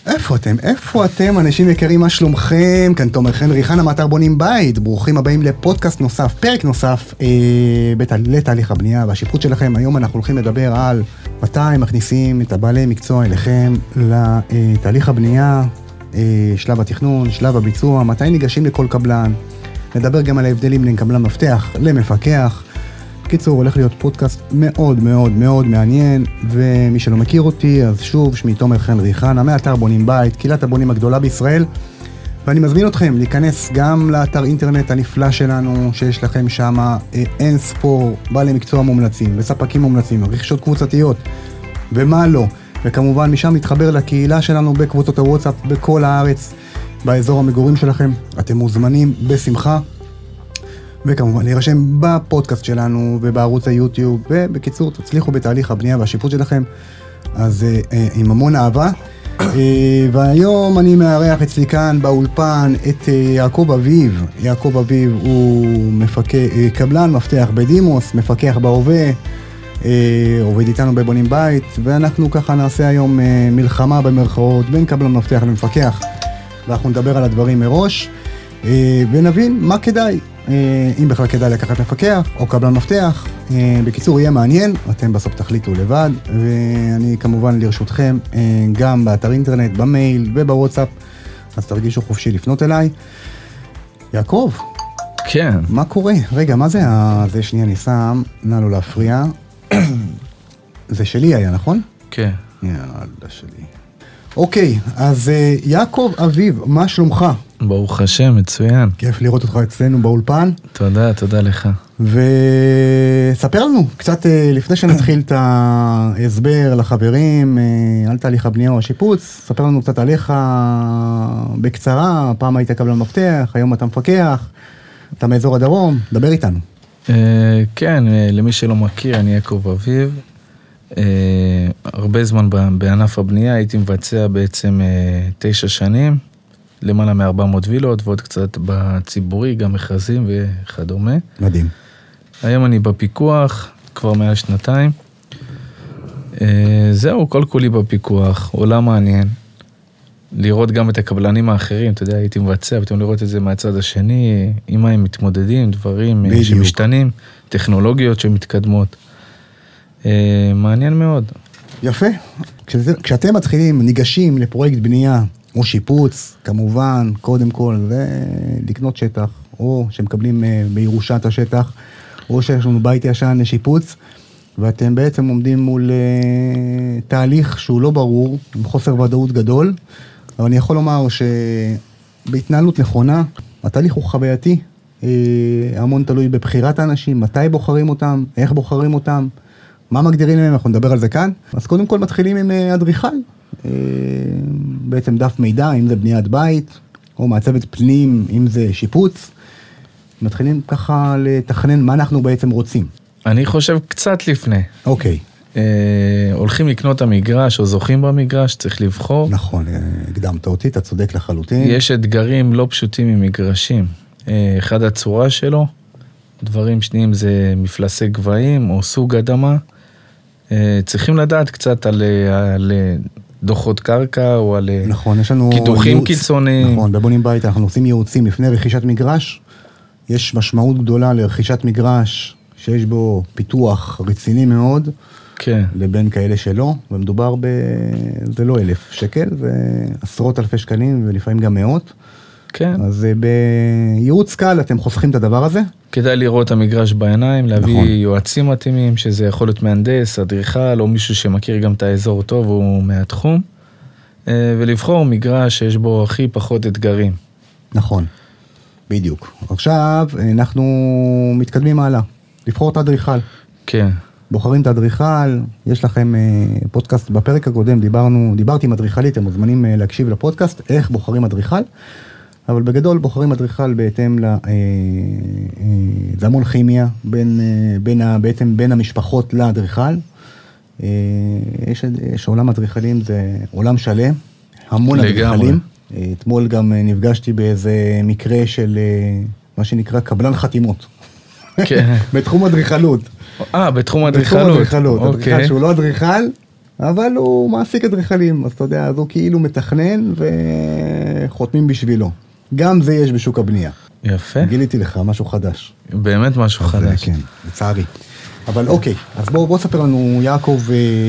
איפה אתם, אנשים יקרים, מה שלומכם? כאן תומר חן ריחן, מאתר בונים בית. ברוכים הבאים לפודקאסט נוסף, פרק נוסף לתהליך הבנייה והשיפוט שלכם. היום אנחנו הולכים לדבר על מתי מכניסים את הבעלי מקצוע אליכם לתהליך הבנייה, שלב התכנון, שלב הביצוע, מתי ניגשים לכל קבלן. נדבר גם על ההבדלים בין קבלן מפתח למפקח. בקיצור, הולך להיות פודקאסט מאוד מאוד מאוד מעניין, ומי שלא מכיר אותי, אז שוב, שמי תומר חן ריחן, מאתר בונים בית, קהילת הבונים הגדולה בישראל, ואני מזמין אתכם להיכנס גם לאתר אינטרנט הנפלא שלנו, שיש לכם שם אין ספור בעלי מקצוע מומלצים, וספקים מומלצים, רכישות קבוצתיות, ומה לא, וכמובן משם להתחבר לקהילה שלנו בקבוצות הוואטסאפ בכל הארץ, באזור המגורים שלכם, אתם מוזמנים בשמחה, וכמובן להירשם בפודקאסט שלנו ובערוץ היוטיוב, ובקיצור תצליחו בתהליך הבנייה והשיפוט שלכם, אז עם המון אהבה. והיום אני מארח אצלי כאן באולפן את יעקב אביב. יעקב אביב הוא קבלן מפתח בדימוס, מפקח בהווה, עובד איתנו בבונים בית, ואנחנו ככה נעשה היום מלחמה במרכאות בין קבלן מפתח למפקח, ואנחנו נדבר על הדברים מראש, ונבין מה כדאי. אם בכלל כדאי לקחת מפקח או קבלן מפתח. בקיצור, יהיה מעניין, אתם בסוף תחליטו לבד, ואני כמובן לרשותכם גם באתר אינטרנט, במייל ובוואטסאפ, אז תרגישו חופשי לפנות אליי. יעקב, כן. מה קורה? רגע, מה זה? זה שנייה, אני שם, נא לא להפריע. זה שלי היה, נכון? כן. יאללה, שלי. אוקיי, אז יעקב אביב, מה שלומך? ברוך השם, מצוין. כיף לראות אותך אצלנו באולפן. תודה, תודה לך. וספר לנו קצת לפני שנתחיל את ההסבר לחברים על תהליך הבנייה או השיפוץ, ספר לנו קצת עליך בקצרה, פעם היית קבלן מפתח, היום אתה מפקח, אתה מאזור הדרום, דבר איתנו. כן, למי שלא מכיר, אני יעקב אביב. הרבה זמן בענף הבנייה, הייתי מבצע בעצם 9 שנים, למעלה מ-400 וילות, ועוד קצת בציבורי, גם מכרזים וכדומה. מדהים. היום אני בפיקוח, כבר מעל 2 זהו, כל כולי בפיקוח, עולם מעניין. לראות גם את הקבלנים האחרים, אתה יודע, הייתי מבצע, פתאום לראות את זה מהצד השני, עם מה הם מתמודדים, דברים בדיוק. שמשתנים, טכנולוגיות שמתקדמות. מעניין מאוד. יפה. כשאתם מתחילים, ניגשים לפרויקט בנייה או שיפוץ, כמובן, קודם כל, לקנות שטח, או שמקבלים בירושה את השטח, או שיש לנו בית ישן לשיפוץ, ואתם בעצם עומדים מול תהליך שהוא לא ברור, עם חוסר ודאות גדול, אבל אני יכול לומר שבהתנהלות נכונה, התהליך הוא חווייתי, המון תלוי בבחירת האנשים, מתי בוחרים אותם, איך בוחרים אותם, מה מגדירים להם, אנחנו נדבר על זה כאן. אז קודם כל מתחילים עם אדריכל, בעצם דף מידע, אם זה בניית בית, או מעצבת פנים, אם זה שיפוץ. מתחילים ככה לתכנן מה אנחנו בעצם רוצים. אני חושב קצת לפני. אוקיי. הולכים לקנות את המגרש, או זוכים במגרש, צריך לבחור. נכון, הקדמת אותי, אתה צודק לחלוטין. יש אתגרים לא פשוטים עם מגרשים. אחד הצורה שלו, דברים שניים זה מפלסי גבהים, או סוג אדמה. צריכים לדעת קצת על דוחות קרקע, או על נכון, יש לנו קידוחים קיצוניים. נכון, בבונים בית אנחנו עושים ייעוצים לפני רכישת מגרש. יש משמעות גדולה לרכישת מגרש, שיש בו פיתוח רציני מאוד, כן. לבין כאלה שלא, ומדובר זה לא 1,000 שקל, זה עשרות אלפי שקלים, ולפעמים גם מאות. כן. אז בייעוץ קל אתם חוסכים את הדבר הזה. כדאי לראות את המגרש בעיניים, להביא נכון. יועצים מתאימים, שזה יכול להיות מהנדס, אדריכל, או מישהו שמכיר גם את האזור טוב, הוא מהתחום, ולבחור מגרש שיש בו הכי פחות אתגרים. נכון, בדיוק. עכשיו אנחנו מתקדמים הלאה, לבחור את האדריכל. כן. בוחרים את האדריכל, יש לכם פודקאסט, בפרק הקודם דיברתי עם אדריכלית, אתם מוזמנים להקשיב לפודקאסט, איך בוחרים אדריכל, אבל בגדול בוחרים אדריכל בהתאם זה המון כימיה בין המשפחות לאדריכל. יש עולם אדריכלים, זה עולם שלם, המון אדריכלים. אתמול גם נפגשתי באיזה מקרה של מה שנקרא קבלן חתימות. כן. בתחום אדריכלות. בתחום אדריכלות. אדריכל שהוא לא אדריכל, אבל הוא מעסיק אדריכלים, אז אתה יודע, אז הוא כאילו מתכנן וחותמים בשבילו. גם זה יש בשוק הבנייה. יפה. גיליתי לך משהו חדש. באמת משהו חדש. כן, לצערי. אבל אוקיי, אז בוא תספר לנו, יעקב,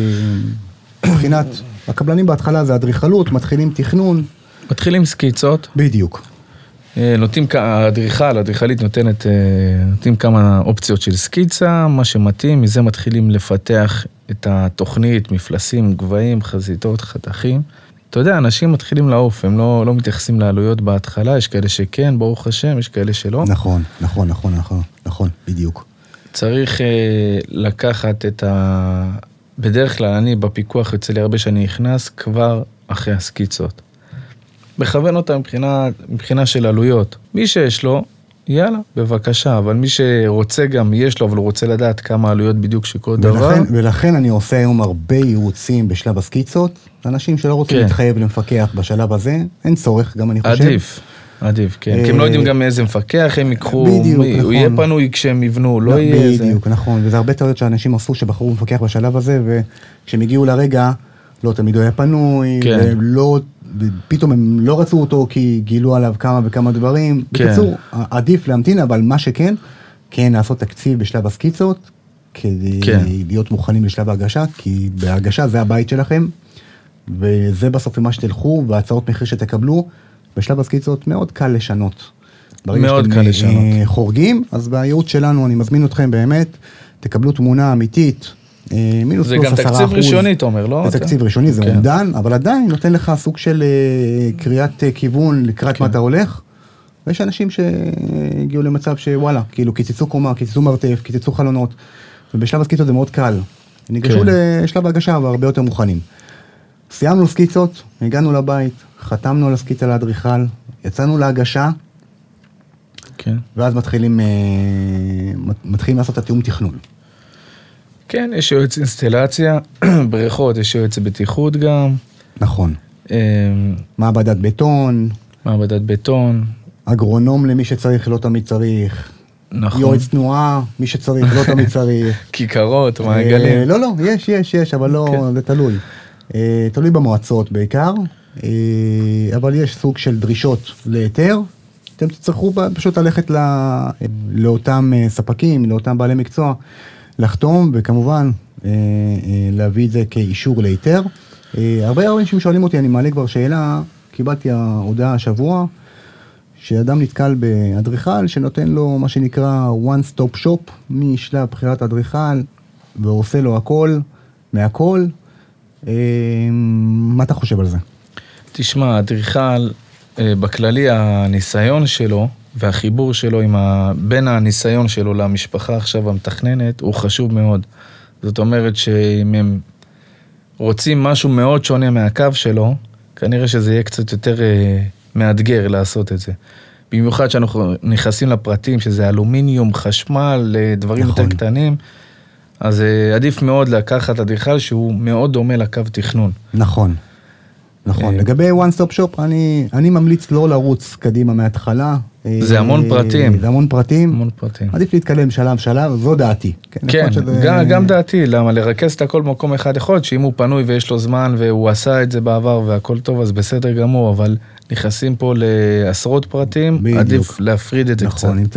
מבחינת הקבלנים בהתחלה זה אדריכלות, מתחילים תכנון. מתחילים סקיצות. בדיוק. נותנים, האדריכלית נותנים כמה אופציות של סקיצה, מה שמתאים, מזה מתחילים לפתח את התוכנית, מפלסים, גבהים, חזיתות, חתכים. אתה יודע, אנשים מתחילים לעוף, הם לא מתייחסים לעלויות בהתחלה, יש כאלה שכן, ברוך השם, יש כאלה שלא. נכון, בדיוק. צריך לקחת בדרך כלל אני בפיקוח יוצא לי הרבה שאני נכנס כבר אחרי הסקיצות. מכוון אותה מבחינה של עלויות. מי שיש לו, יאללה, בבקשה, אבל מי שרוצה גם יש לו, אבל הוא רוצה לדעת כמה עלויות בדיוק שכל דבר. ולכן אני עושה היום הרבה ייעוצים בשלב הסקיצות, אנשים שלא רוצים להתחייב למפקח בשלב הזה, אין צורך, גם אני חושב. עדיף, כן. כי הם לא יודעים גם מאיזה מפקח הם יקחו, הוא יהיה פנוי כשהם יבנו, לא יהיה איזה. בדיוק, נכון, וזה הרבה טעויות שאנשים עשו שבחרו מפקח בשלב הזה, וכשהם הגיעו לרגע, לא תמיד הוא היה פנוי, פתאום הם לא רצו אותו כי גילו עליו כמה וכמה דברים. בקיצור, עדיף להמתין, אבל מה שכן, כן לעשות תקציב בשלב הסקיצות, כדי להיות מוכנים לשלב ההגשה, כי בהגשה זה הבית שלכם, וזה בסוף מה שתלכו, והצעות מחיר שתקבלו, בשלב הסקיצות מאוד קל לשנות. מאוד קל לשנות. חורגים, אז בייעוץ שלנו אני מזמין אתכם באמת, תקבלו תמונה אמיתית, זה גם תקציב ראשוני, תומר, לא? זה תקציב ראשוני, זה אומדן, אבל עדיין נותן לך סוג של קריאת כיוון לקראת מה אתה הולך, ויש אנשים שהגיעו למצב שוואלה, כאילו קיצצו קומה, קיצצו מרתף, קיצצו חלונות, ובשלב הסקיצות זה מאוד קל. ניגשו לשלב ההגשה והרבה יותר מוכנים. סיימנו סקיצות, הגענו לבית, חתמנו על הסקיצה לאדריכל, יצאנו להגשה, ואז מתחילים לעשות את התיאום תכנון. כן, יש יועץ אינסטלציה, בריכות, יש יועץ בטיחות גם. נכון. מעבדת בטון. אגרונום למי שצריך, לא תמיד צריך. נכון. יועץ תנועה, מי שצריך, לא תמיד צריך. כיכרות, מעגלים. לא, יש, אבל לא, זה תלוי. תלוי במועצות בעיקר, אבל יש סוג של דרישות להיתר. אתם תצטרכו פשוט ללכת לאותם ספקים, לאותם בעלי מקצוע, לחתום, וכמובן להביא את זה כאישור להיתר. הרבה אנשים שואלים אותי, אני מעלה כבר שאלה, קיבלתי ההודעה השבוע, שאדם נתקל באדריכל שנותן לו מה שנקרא one stop shop, משלב בחירת אדריכל, ועושה לו הכל, מהכל. מה אתה חושב על זה? תשמע, אדריכל, בכללי הניסיון שלו, והחיבור שלו בין הניסיון שלו למשפחה עכשיו המתכננת, הוא חשוב מאוד. זאת אומרת שאם הם רוצים משהו מאוד שונה מהקו שלו, כנראה שזה יהיה קצת יותר מאתגר לעשות את זה. במיוחד שאנחנו נכנסים לפרטים, שזה אלומיניום, חשמל, דברים יותר קטנים, אז עדיף מאוד לקחת אדריכל שהוא מאוד דומה לקו תכנון. נכון. לגבי one stop shop, אני ממליץ לא לרוץ קדימה מההתחלה. זה המון פרטים. המון פרטים. עדיף להתקדם שלב, זו דעתי. כן, גם דעתי, למה לרכז את הכל במקום אחד יכול, שאם הוא פנוי ויש לו זמן והוא עשה את זה בעבר והכל טוב, אז בסדר גמור, אבל נכנסים פה לעשרות פרטים, עדיף להפריד את זה קצת. נכון, אם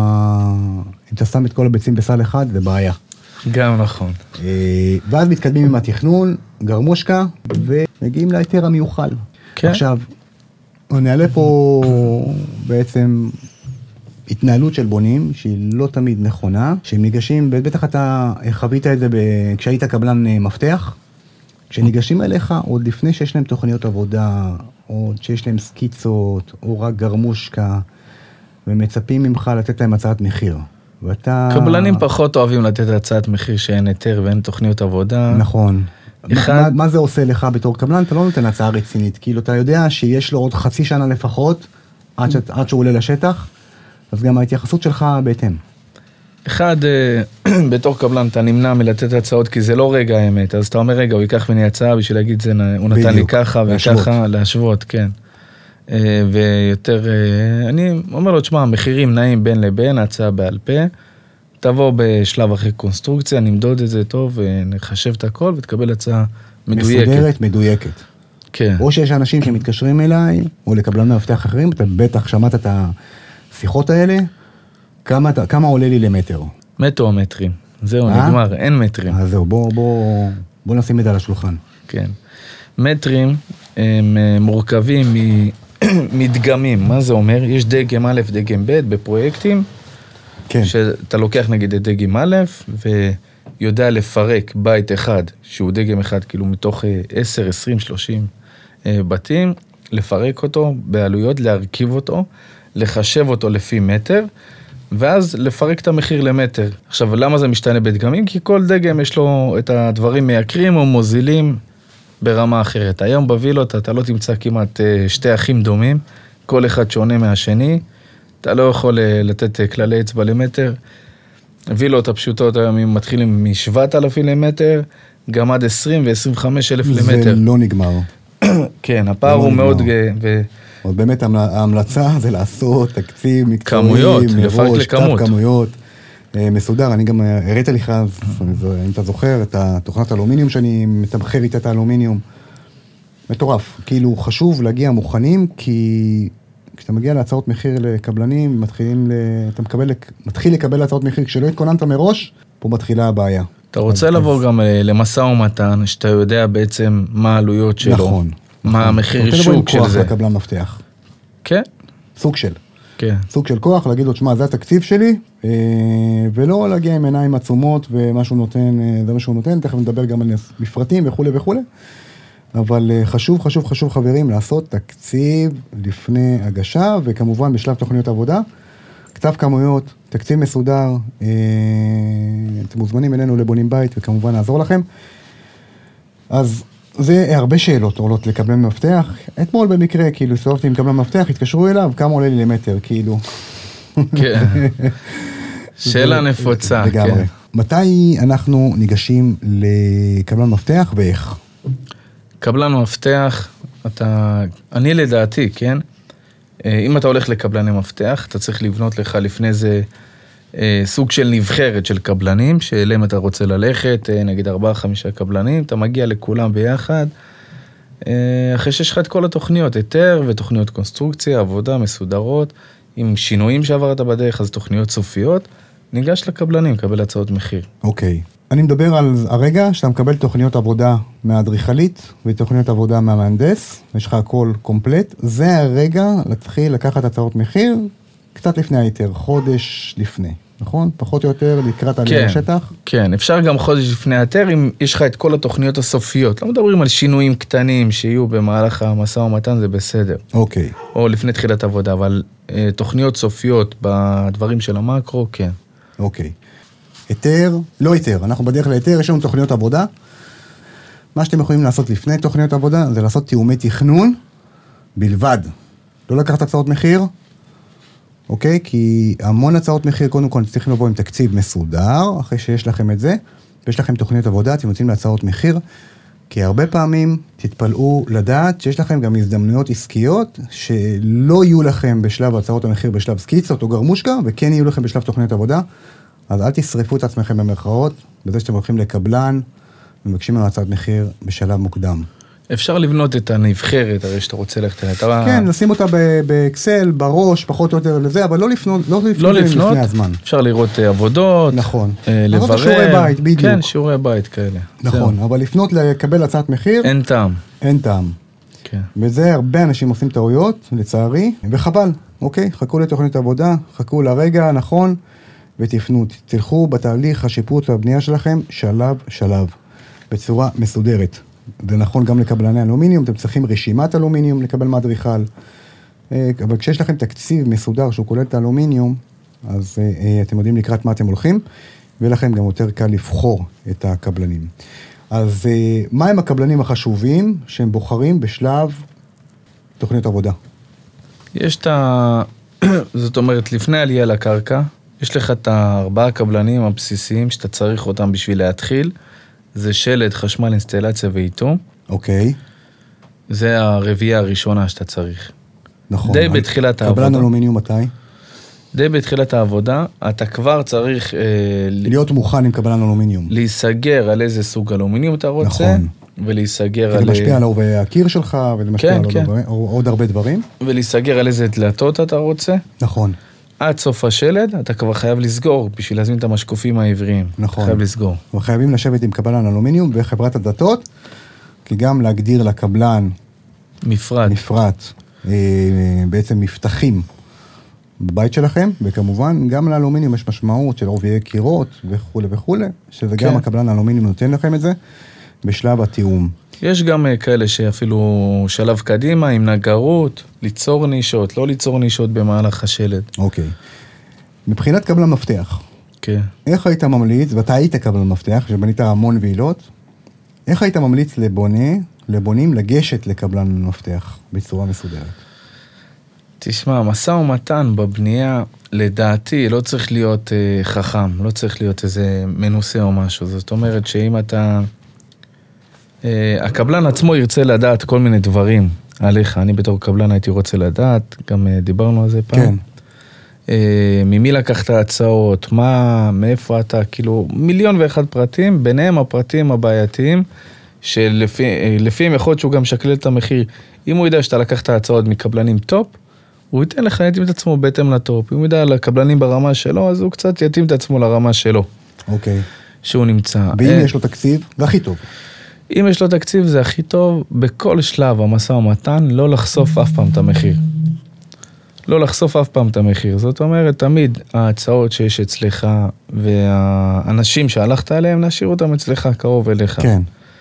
אתה שם את כל הביצים בסל אחד, זה בעיה. גם נכון. ואז מתקדמים עם התכנון, גרמושקה, ומגיעים להיתר המיוחל. כן. עכשיו, נעלה פה בעצם התנהלות של בונים, שהיא לא תמיד נכונה, שהם ניגשים, בטח אתה חווית את זה כשהיית קבלן מפתח, כשניגשים אליך עוד לפני שיש להם תוכניות עבודה, או שיש להם סקיצות, או רק גרמושקה, ומצפים ממך לתת להם הצעת מחיר. קבלנים פחות אוהבים לתת הצעת מחיר שאין היתר ואין תוכניות עבודה. נכון. מה זה עושה לך בתור קבלן? אתה לא נותן הצעה רצינית, כאילו אתה יודע שיש לו עוד חצי שנה לפחות, עד שהוא עולה לשטח, אז גם ההתייחסות שלך בהתאם. אחד, בתור קבלן אתה נמנע מלתת הצעות, כי זה לא רגע האמת, אז אתה אומר רגע, הוא ייקח ממני הצעה בשביל להגיד, הוא נתן לי ככה וככה, להשוות, כן. ויותר, אני אומר לו, תשמע, מחירים נעים בין לבין, הצעה בעל פה, תבוא בשלב אחרי קונסטרוקציה, נמדוד את זה טוב, ונחשב את הכל, ותקבל הצעה מדויקת. מסודרת, מדויקת. כן. או שיש אנשים שמתקשרים אליי, או לקבלני מפתח אחרים, אתה בטח שמעת את השיחות האלה, כמה עולה לי למטר? מטר או מטרים. זהו, נגמר, אין מטרים. אז זהו, בוא נשים את זה על השולחן. כן. מטרים הם מורכבים מדגמים. מה זה אומר? יש דגם א', דגם ב' בפרויקטים, כן. שאתה לוקח נגיד את דגם א', ויודע לפרק בית אחד, שהוא דגם אחד, כאילו מתוך 10, 20, 30 בתים, לפרק אותו בעלויות, להרכיב אותו, לחשב אותו לפי מטר, ואז לפרק את המחיר למטר. עכשיו, למה זה משתנה בדגמים? כי כל דגם יש לו את הדברים מייקרים או מוזילים ברמה אחרת. היום בווילות אתה לא תמצא כמעט שתי אחים דומים, כל אחד שונה מהשני, אתה לא יכול לתת כללי אצבע למטר. וילות הפשוטות היום מתחילים מ-7,000 למטר, גם עד 20 ו-25 אלף למטר. זה לא נגמר. כן, הפער הוא מאוד... עוד באמת ההמלצה זה לעשות תקציב מקצועי, כמויות, לפרק לכמות. כמויות מסודר. אני גם הראיתי לך, אם אתה זוכר, את התוכנת אלומיניום שאני מתמחר איתה את האלומיניום. מטורף. כאילו חשוב להגיע מוכנים, כי כשאתה מגיע להצעות מחיר לקבלנים, אתה מתחיל לקבל הצעות מחיר, כשלא התכוננת מראש, פה מתחילה הבעיה. אתה רוצה לבוא גם למשא ומתן, שאתה יודע בעצם מה העלויות שלו. נכון. מה המחיר שוק של זה. אתה לבוא עם כוח לקבלן מפתח. כן. סוג של. כן. סוג של כוח, להגיד לו, שמה, זה התקציב שלי, ולא להגיע עם עיניים עצומות, ומה שהוא נותן, זה מה שהוא נותן, תכף נדבר גם על מפרטים וכו' וכו'. אבל חשוב חברים, לעשות תקציב לפני הגשה, וכמובן בשלב תוכניות עבודה, כתב כמויות, תקציב מסודר, אתם מוזמנים אלינו לבונים בית, וכמובן נעזור לכם. אז זה הרבה שאלות עולות לקבלן מפתח. אתמול במקרה, כאילו, סובבתי עם קבלן מפתח, התקשרו אליו, כמה עולה לי למטר, כאילו. כן. שאלה נפוצה, כן. מתי אנחנו ניגשים לקבלן מפתח ואיך? קבלן מפתח, אני לדעתי, כן? אם אתה הולך לקבלני מפתח, אתה צריך לבנות לך לפני זה סוג של נבחרת של קבלנים, שאליהם אתה רוצה ללכת, נגיד 4-5 קבלנים, אתה מגיע לכולם ביחד, אחרי שיש לך את כל התוכניות, היתר ותוכניות קונסטרוקציה, עבודה מסודרות, עם שינויים שעברת בדרך, אז תוכניות סופיות, ניגש לקבלנים, קבל הצעות מחיר. אוקיי. אני מדבר על הרגע שאתה מקבל תוכניות עבודה מהאדריכלית ותוכניות עבודה מהמהנדס, יש לך הכל קומפלט, זה הרגע להתחיל לקחת הצעות מחיר, קצת לפני היתר, חודש לפני, נכון? פחות או יותר לקראת עלייה לשטח? כן, אפשר גם חודש לפני היתר, אם יש לך את כל התוכניות הסופיות, לא מדברים על שינויים קטנים שיהיו במהלך המשא ומתן, זה בסדר. אוקיי. או לפני תחילת עבודה, אבל תוכניות סופיות בדברים של המקרו, כן. אוקיי. היתר, לא היתר, אנחנו בדרך להיתר, יש לנו תוכניות עבודה. מה שאתם יכולים לעשות לפני תוכניות עבודה, זה לעשות תיאומי תכנון בלבד. לא לקחת הצעות מחיר, אוקיי? כי המון הצעות מחיר, קודם כל, צריכים לבוא עם תקציב מסודר, אחרי שיש לכם את זה, ויש לכם תוכניות עבודה, אתם יוצאים להצעות מחיר, כי הרבה פעמים תתפלאו לדעת שיש לכם גם הזדמנויות עסקיות, שלא יהיו לכם בשלב הצעות המחיר, בשלב סקיצות או גרמושקה, וכן יהיו לכם בשלב תוכניות עבודה. אז אל תשרפו את עצמכם במרכאות, בזה שאתם הולכים לקבלן, ומבקשים לנו הצעת מחיר בשלב מוקדם. אפשר לבנות את הנבחרת, הרי שאתה רוצה ללכת אליה. כן, לשים אותה באקסל, בראש, פחות או יותר לזה, אבל לא לפנות לפני הזמן. אפשר לראות עבודות, נכון. לברר. שיעורי בית, בדיוק. כן, שיעורי בית כאלה. נכון, אבל לפנות לקבל הצעת מחיר. אין טעם. אין טעם. כן. וזה הרבה אנשים עושים טעויות, לצערי, וחבל, אוקיי? חכו לתוכנית עבודה, חכו לרגע הנכון, ותפנו, תלכו בתהליך השיפוץ והבנייה שלכם שלב, בצורה מסודרת. זה נכון גם לקבלני אלומיניום, אתם צריכים רשימת אלומיניום לקבל מאדריכל, אבל כשיש לכם תקציב מסודר שהוא כולל את האלומיניום, אז אתם יודעים לקראת מה אתם הולכים, ולכם גם יותר קל לבחור את הקבלנים. אז מה הם הקבלנים החשובים שהם בוחרים בשלב תוכנית עבודה? יש זאת אומרת, לפני עלייה לקרקע, יש לך את 4 קבלנים הבסיסיים שאתה צריך אותם בשביל להתחיל, זה שלד, חשמל, אינסטלציה ואיתום. אוקיי. זה הרביעייה הראשונה שאתה צריך. נכון. די בתחילת העבודה. קבלן אלומיניום מתי? די בתחילת העבודה, אתה כבר צריך... להיות מוכן עם קבלן אלומיניום. להיסגר על איזה סוג אלומיניום אתה רוצה. נכון. ולהיסגר זה משפיע על עובי הקיר שלך, וזה משפיע על עוד הרבה דברים. ולהיסגר על איזה דלתות אתה רוצה. נכון. עד סוף השלד, אתה כבר חייב לסגור, בשביל להזמין את המשקופים העבריים. נכון. חייב לסגור. וחייבים לשבת עם קבלן אלומיניום בחברת הדלתות, כי גם להגדיר לקבלן מפרט, בעצם מפתחים בבית שלכם, וכמובן גם לאלומיניום יש משמעות של עובי קירות וכו' וכו', שזה גם הקבלן האלומיניום נותן לכם את זה, בשלב התיאום. יש גם כאלה שאפילו שלב קדימה עם נגרות, ליצור נישות, לא ליצור נישות במהלך השלד. אוקיי. מבחינת קבלן מפתח, כן. איך היית ממליץ, ואתה היית קבלן מפתח, שבנית המון ועילות, איך היית ממליץ לבונים לגשת לקבלן מפתח בצורה מסודרת? תשמע, משא ומתן בבנייה, לדעתי, לא צריך להיות חכם, לא צריך להיות איזה מנוסה או משהו. זאת אומרת שאם אתה... הקבלן עצמו ירצה לדעת כל מיני דברים עליך. אני בתור קבלן הייתי רוצה לדעת, גם דיברנו על זה פעם. כן. ממי לקחת הצעות, מאיפה אתה, כאילו, 1,000,001 פרטים, ביניהם הפרטים הבעייתיים, שלפעמים יכול להיות שהוא גם שקלל את המחיר. אם הוא יודע שאתה לקחת הצעות מקבלנים טופ, הוא ייתן לך יתאים את עצמו בהתאם לטופ. אם הוא יודע על הקבלנים ברמה שלו, אז הוא קצת יתאים את עצמו לרמה שלו. אוקיי. שהוא נמצא. ואם יש לו תקציב, זה הכי טוב. אם יש לו תקציב, זה הכי טוב. בכל שלב המשא ומתן, לא לחשוף אף פעם את המחיר. לא לחשוף אף פעם את המחיר. זאת אומרת, תמיד ההצעות שיש אצלך, והאנשים שהלכת עליהם, נשאיר אותם אצלך קרוב אליך. כן.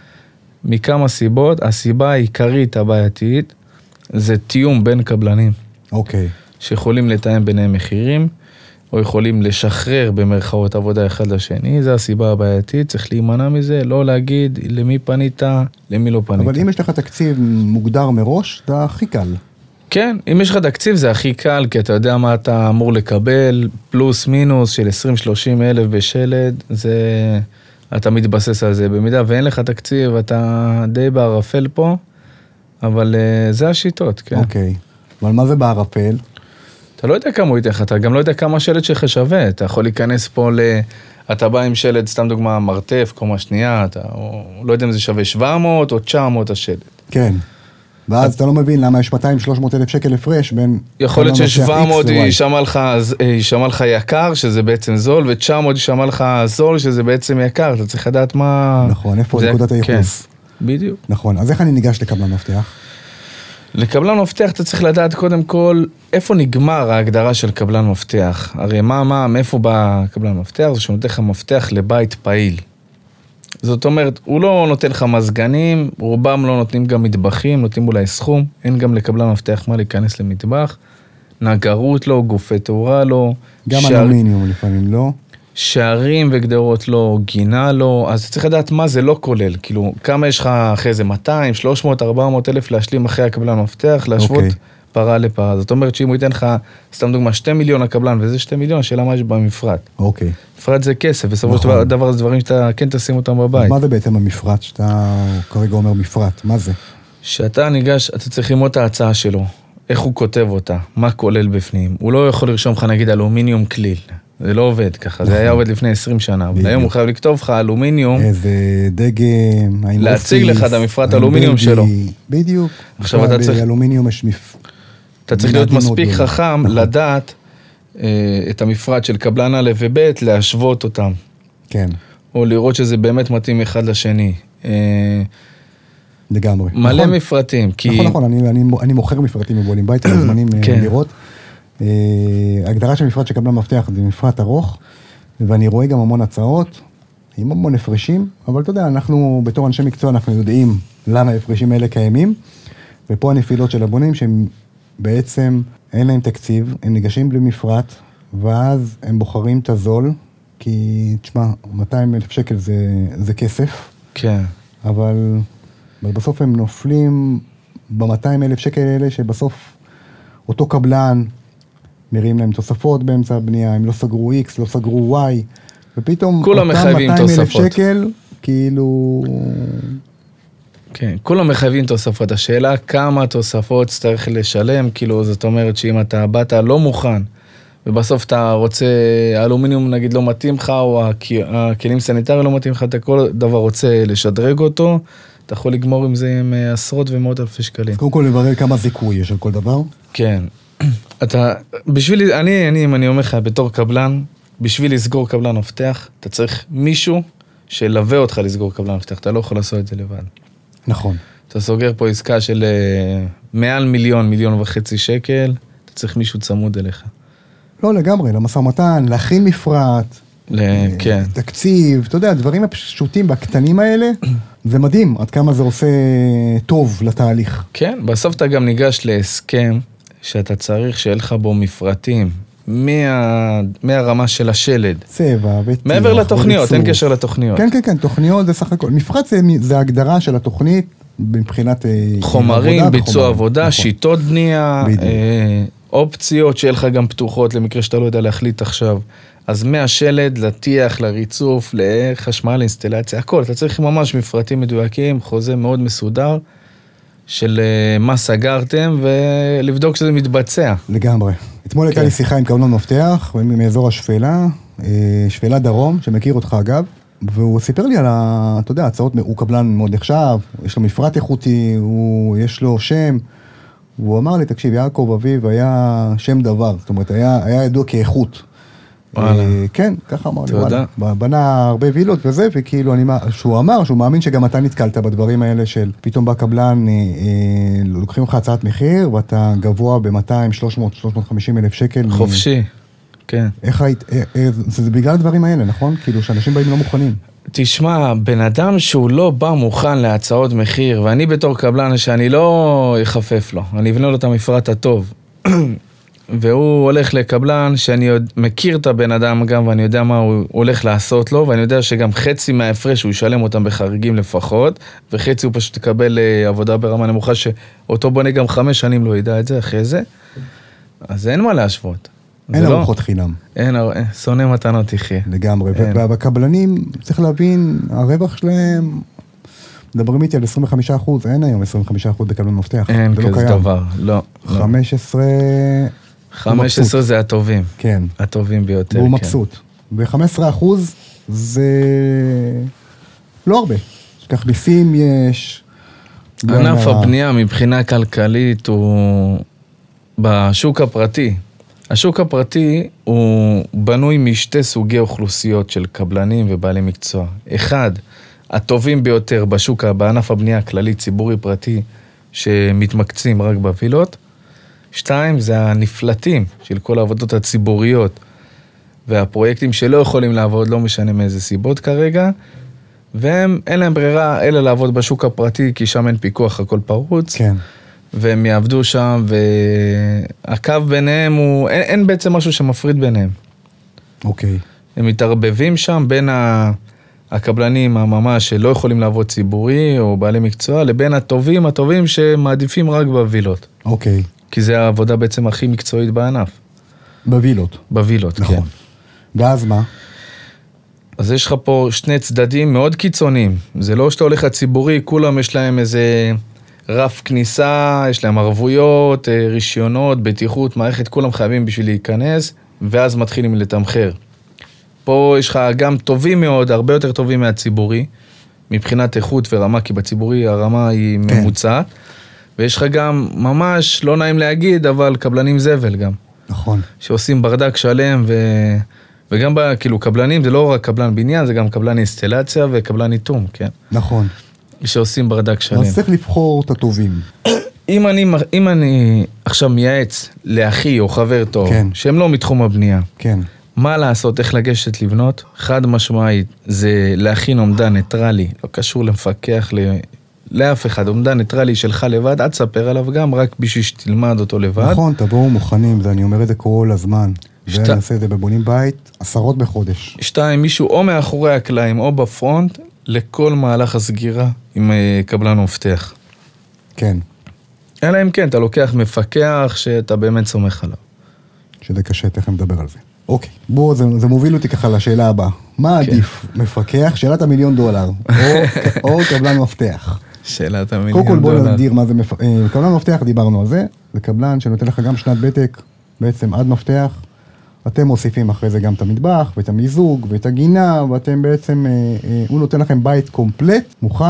מכמה סיבות, הסיבה העיקרית הבעייתית, זה תיאום בין קבלנים. אוקיי. שיכולים לתאם ביניהם מחירים, או יכולים לשחרר במרכאות עבודה אחד לשני, זה הסיבה הבעייתית, צריך להימנע מזה, לא להגיד למי פנית, למי לא פנית. אבל אם יש לך תקציב מוגדר מראש, זה הכי קל. כן, אם יש לך תקציב זה הכי קל, כי אתה יודע מה אתה אמור לקבל, פלוס מינוס של 20-30 אלף בשלד, זה, אתה מתבסס על זה. במידה ואין לך תקציב, אתה די בערפל פה, אבל זה השיטות, כן. אוקיי, אבל מה זה בערפל? אתה לא יודע כמה הוא ייתן לך, אתה גם לא יודע כמה השלד שלך שווה, אתה יכול להיכנס פה אתה בא עם שלד, סתם דוגמה, מרתף, קומה שנייה, אתה לא יודע אם זה שווה 700 או 900 השלד. כן. ואז אתה לא מבין למה יש 200-300 אלף שקל הפרש בין... יכול להיות ש700 יישמע לך יקר, שזה בעצם זול, ו900 יישמע לך זול, שזה בעצם יקר. אתה צריך לדעת מה... נכון, איפה נקודת הייחוס. כן, בדיוק. נכון, אז איך אני ניגש לקבלן מפתח? לקבלן מפתח אתה צריך לדעת קודם כל, איפה נגמר ההגדרה של קבלן מפתח. הרי מאיפה בא קבלן מפתח? זה שהוא נותן לך מפתח לבית פעיל. זאת אומרת, הוא לא נותן לך מזגנים, רובם לא נותנים גם מטבחים, נותנים אולי סכום, אין גם לקבלן מפתח מה להיכנס למטבח, נגרות לא, גופי תאורה לא. גם אלומיניום לפעמים לא. שערים וגדרות לא, גינה לא, אז צריך לדעת מה זה לא כולל, כאילו, כמה יש לך אחרי זה 200, 300, 400 אלף להשלים אחרי הקבלן מפתח, להשוות פרה לפרה. זאת אומרת שאם הוא ייתן לך, סתם דוגמה, 2 מיליון הקבלן, וזה 2 מיליון, השאלה מה יש במפרט. אוקיי. מפרט זה כסף, בסופו של דבר זה דברים שאתה כן תשים אותם בבית. מה זה בעצם המפרט, שאתה כרגע אומר מפרט, מה זה? שאתה ניגש, אתה צריך ללמוד את ההצעה שלו, איך הוא כותב אותה, מה כולל בפנים. הוא לא יכול לרשום לך נגיד אלומיניום כליל. זה לא עובד ככה, זה היה עובד לפני 20 שנה, אבל היום הוא חייב לכתוב לך אלומיניום. איזה דגם, להציג לך את המפרט אלומיניום שלו. בדיוק. עכשיו אתה צריך... אלומיניום יש אתה צריך להיות מספיק חכם לדעת את המפרט של קבלן א' וב' להשוות אותם. כן. או לראות שזה באמת מתאים אחד לשני. לגמרי. מלא מפרטים. נכון, אני מוכר מפרטים מבונים בית, על הזמנים לראות. הגדרה של מפרט שקבלן מפתח זה מפרט ארוך, ואני רואה גם המון הצעות, עם המון הפרשים, אבל אתה יודע, אנחנו בתור אנשי מקצוע, אנחנו יודעים למה ההפרשים האלה קיימים, ופה הנפילות של הבונים שהם בעצם אין להם תקציב, הם ניגשים בלי מפרט, ואז הם בוחרים את הזול, כי תשמע, 200,000 שקל זה כסף, כן. אבל בסוף הם נופלים ב-200,000 שקל האלה, שבסוף אותו קבלן, מראים להם תוספות באמצע הבנייה, הם לא סגרו X, לא סגרו Y, ופתאום אותם 200,000 שקל, כאילו... כן, כולם מחייבים תוספות. השאלה כמה תוספות צריך לשלם, כאילו זאת אומרת שאם אתה באת לא מוכן, ובסוף אתה רוצה, האלומיניום נגיד לא מתאים לך, או הכלים סניטריים לא מתאים לך, אתה כל דבר רוצה לשדרג אותו, אתה יכול לגמור עם זה עם עשרות ומאות אלפי שקלים. קודם כל לברר כמה זיכוי יש על כל דבר. כן. אם אני אומר לך, בתור קבלן, בשביל לסגור קבלן מפתח, אתה צריך מישהו שלווה אותך לסגור קבלן מפתח, אתה לא יכול לעשות את זה לבד. נכון. אתה סוגר פה עסקה של מעל 1.5 שקל, אתה צריך מישהו צמוד אליך. לא לגמרי, למשא ומתן, להכין מפרט, כן. תקציב, אתה יודע, הדברים הפשוטים והקטנים האלה, זה מדהים, עד כמה זה עושה טוב לתהליך. כן, בסוף אתה גם ניגש להסכם, שאתה צריך שיהיה לך בו מפרטים, מהרמה של השלד. צבע וטיח. מעבר לתוכניות, אין קשר לתוכניות. כן, תוכניות זה סך הכל. מפרט זה ההגדרה של התוכנית, מבחינת חומרים, ביצוע עבודה, שיטות בנייה, אופציות שיהיה לך גם פתוחות, למקרה שאתה לא יודע להחליט עכשיו. אז מהשלד, לטיח, לריצוף, לחשמל, אינסטלציה, הכל. אתה צריך ממש מפרטים מדויקים, חוזה מאוד מסודר, של מה סגרתם, ולבדוק שזה מתבצע. לגמרי. אתמול הייתה לי שיחה עם קבלן מפתח, מאזור השפלה, שפלה דרום, שמכיר אותך אגב, והוא סיפר לי על, אתה יודע, הצעות, הוא קבלן מאוד נחשב, יש לו מפרט איכותי, יש לו שם, והוא אמר לי, תקשיב, יעקב אביב היה שם דבר, זאת אומרת, היה ידוע כאיכות. כן, ככה אמר לי, וואלה, בנה הרבה וילות וזה, וכאילו שהוא אמר, שהוא מאמין שגם אתה נתקלת בדברים האלה של פתאום בא קבלן, לוקחים לך הצעת מחיר, ואתה גבוה ב-200, 300, 350 אלף שקל. חופשי, כן. זה בגלל הדברים האלה, נכון? כאילו שאנשים באים לא מוכנים. תשמע, בן אדם שהוא לא בא מוכן להצעות מחיר, ואני בתור קבלן שאני לא יחפף לו, אני אבנה לו את המפרט הטוב. והוא הולך לקבלן שאני מכיר את הבן אדם גם, ואני יודע מה הוא הולך לעשות לו, ואני יודע שגם חצי מההפרש הוא ישלם אותם בחריגים לפחות, וחצי הוא פשוט יקבל עבודה ברמה נמוכה, שאותו בונה גם 5 שנים לא ידע את זה אחרי זה, אז אין מה להשוות. אין ארוחות חינם. אין, שונא מתנות תחיה. לגמרי, ובקבלנים צריך להבין, הרווח שלהם, מדברים איתי על 25%, אין היום 25% בקבלן מפתח. אין כזה דבר, לא. 15 זה הטובים. כן. הטובים ביותר, והוא מבסוט. ו-15% זה לא הרבה. כך מיסים יש. ענף הבנייה מבחינה כלכלית הוא בשוק הפרטי. השוק הפרטי הוא בנוי משתי סוגי אוכלוסיות של קבלנים ובעלי מקצוע. אחד, הטובים ביותר בשוק, בענף הבנייה הכללי, ציבורי פרטי, שמתמקצים רק בווילות. 2, זה הנפלטים של כל העבודות הציבוריות, והפרויקטים שלא יכולים לעבוד, לא משנה מאיזה סיבות כרגע, והם, אין להם ברירה, אלא לעבוד בשוק הפרטי, כי שם אין פיקוח, הכל פרוץ. כן. והם יעבדו שם, והקו ביניהם הוא, אין בעצם משהו שמפריד ביניהם. אוקיי. הם מתערבבים שם בין הקבלנים הממש שלא יכולים לעבוד ציבורי, או בעלי מקצוע, לבין הטובים שמעדיפים רק בווילות. אוקיי. כי זה העבודה בעצם הכי מקצועית בענף. בווילות. בווילות, נכון. כן. ואז מה? אז יש לך פה שני צדדים מאוד קיצוניים. זה לא שאתה הולך לציבורי, כולם יש להם איזה רף כניסה, יש להם ערבויות, רישיונות, בטיחות, מערכת, כולם חייבים בשביל להיכנס, ואז מתחילים לתמחר. פה יש לך גם טובים מאוד, הרבה יותר טובים מהציבורי, מבחינת איכות ורמה, כי בציבורי הרמה היא ממוצעת, ויש לך גם ממש, לא נעים להגיד, אבל קבלנים זבל גם. נכון. שעושים ברדק שלם, וגם כאילו קבלנים, זה לא רק קבלן בניין, זה גם קבלן אינסטלציה וקבלן איתום, כן? נכון. שעושים ברדק שלם. אז צריך לבחור את הטובים. אם אני עכשיו מייעץ לאחי או חבר טוב, כן. שהם לא מתחום הבנייה, כן. מה לעשות, איך לגשת לבנות? חד משמעית, זה להכין אומדן ניטרלי, לא קשור למפקח לאף אחד, אומדן ניטרלי שלך לבד, עד ספר עליו גם, רק בשביל שתלמד אותו לבד. נכון, תבואו מוכנים, אני אומר את זה כל הזמן. ואני עושה את זה בבונים בית, 10 בחודש. 2, מישהו או מאחורי הקלעים או בפרונט, לכל מהלך הסגירה עם קבלן מפתח. כן. אלא אם כן, אתה לוקח מפקח שאתה באמת סומך עליו. שזה קשה, תכף נדבר על זה. אוקיי, בואו, זה מוביל אותי ככה לשאלה הבאה. מה עדיף, מפקח, שאלת $1,000,000, או קבלן מפתח? שאלת $1,000,000. קודם כל בואו נגדיר מה זה קבלן מפתח, דיברנו על זה, זה קבלן שנותן לך גם שנת בטק, בעצם עד מפתח, אתם מוסיפים אחרי זה גם את המטבח, ואת המיזוג, ואת הגינה, ואתם בעצם, הוא נותן לכם בית קומפלט, מוכן,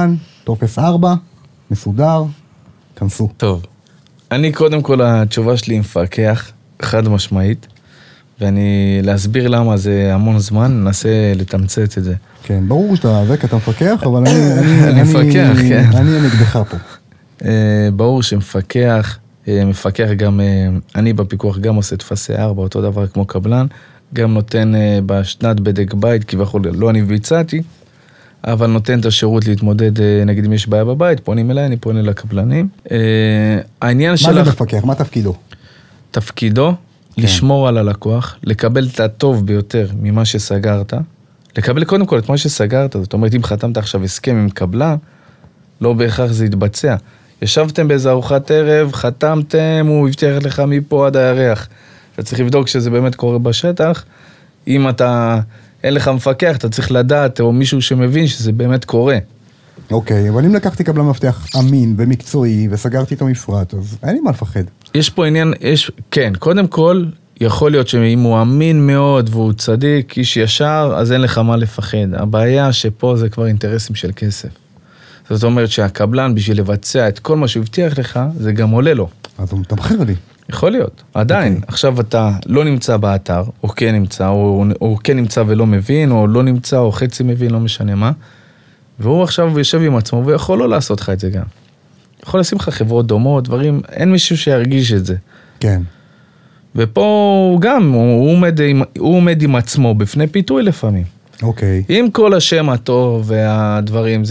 טופס 4, מסודר, כנסו. טוב, אני קודם כל התשובה שלי מפקח, חד משמעית, ואני להסביר למה זה המון זמן, ננסה לתמצת את זה. כן, ברור שאתה אתה מפקח, אבל אני מפקח, כן. אני נגדך פה. ברור שמפקח, מפקח גם, אני בפיקוח גם עושה תפסי 4, אותו דבר כמו קבלן, גם נותן בשנת בדק בית, כביכול לא אני ביצעתי, אבל נותן את השירות להתמודד, נגיד אם יש בעיה בבית, פונים אליי, אני פונה לקבלנים. העניין שלך... מה זה מפקח? מה תפקידו? תפקידו, לשמור על הלקוח, לקבל את הטוב ביותר ממה שסגרת, לקבל קודם כל את מה שסגרת, זאת אומרת, אם חתמת עכשיו הסכם עם קבלן, לא בהכרח זה יתבצע. ישבתם באיזו ארוחת ערב, חתמתם, הוא הבטיח לך מפה עד הירח. אתה צריך לבדוק שזה באמת קורה בשטח. אם אין לך מפקח, אתה צריך לדעת, או מישהו שמבין שזה באמת קורה. אוקיי, אבל אם לקחתי קבלן מפתח אמין ומקצועי, וסגרתי איתו מפרט, אז אין לי מה לפחד. יש פה עניין, כן, קודם כל, יכול להיות שאם הוא אמין מאוד, והוא צדיק, איש ישר, אז אין לך מה לפחד. הבעיה שפה זה כבר אינטרסים של כסף. זאת אומרת שהקבלן בשביל לבצע את כל מה שהוא הבטיח לך, זה גם עולה לו. אז הוא מתמחר לי. יכול להיות, עדיין. עכשיו אתה לא נמצא באתר, או כן נמצא, או כן נמצא ולא מבין, או לא נמצא, או חצי מבין, לא משנה מה. והוא עכשיו יושב עם עצמו, ויכול לא לעשות לך את זה גם. יכול לשים לך חברות דומות, דברים, אין מישהו שירגיש את זה. כן. ופה הוא גם, הוא עומד עם עצמו בפני פיתוי לפעמים. אוקיי. עם כל השם הטוב והדברים,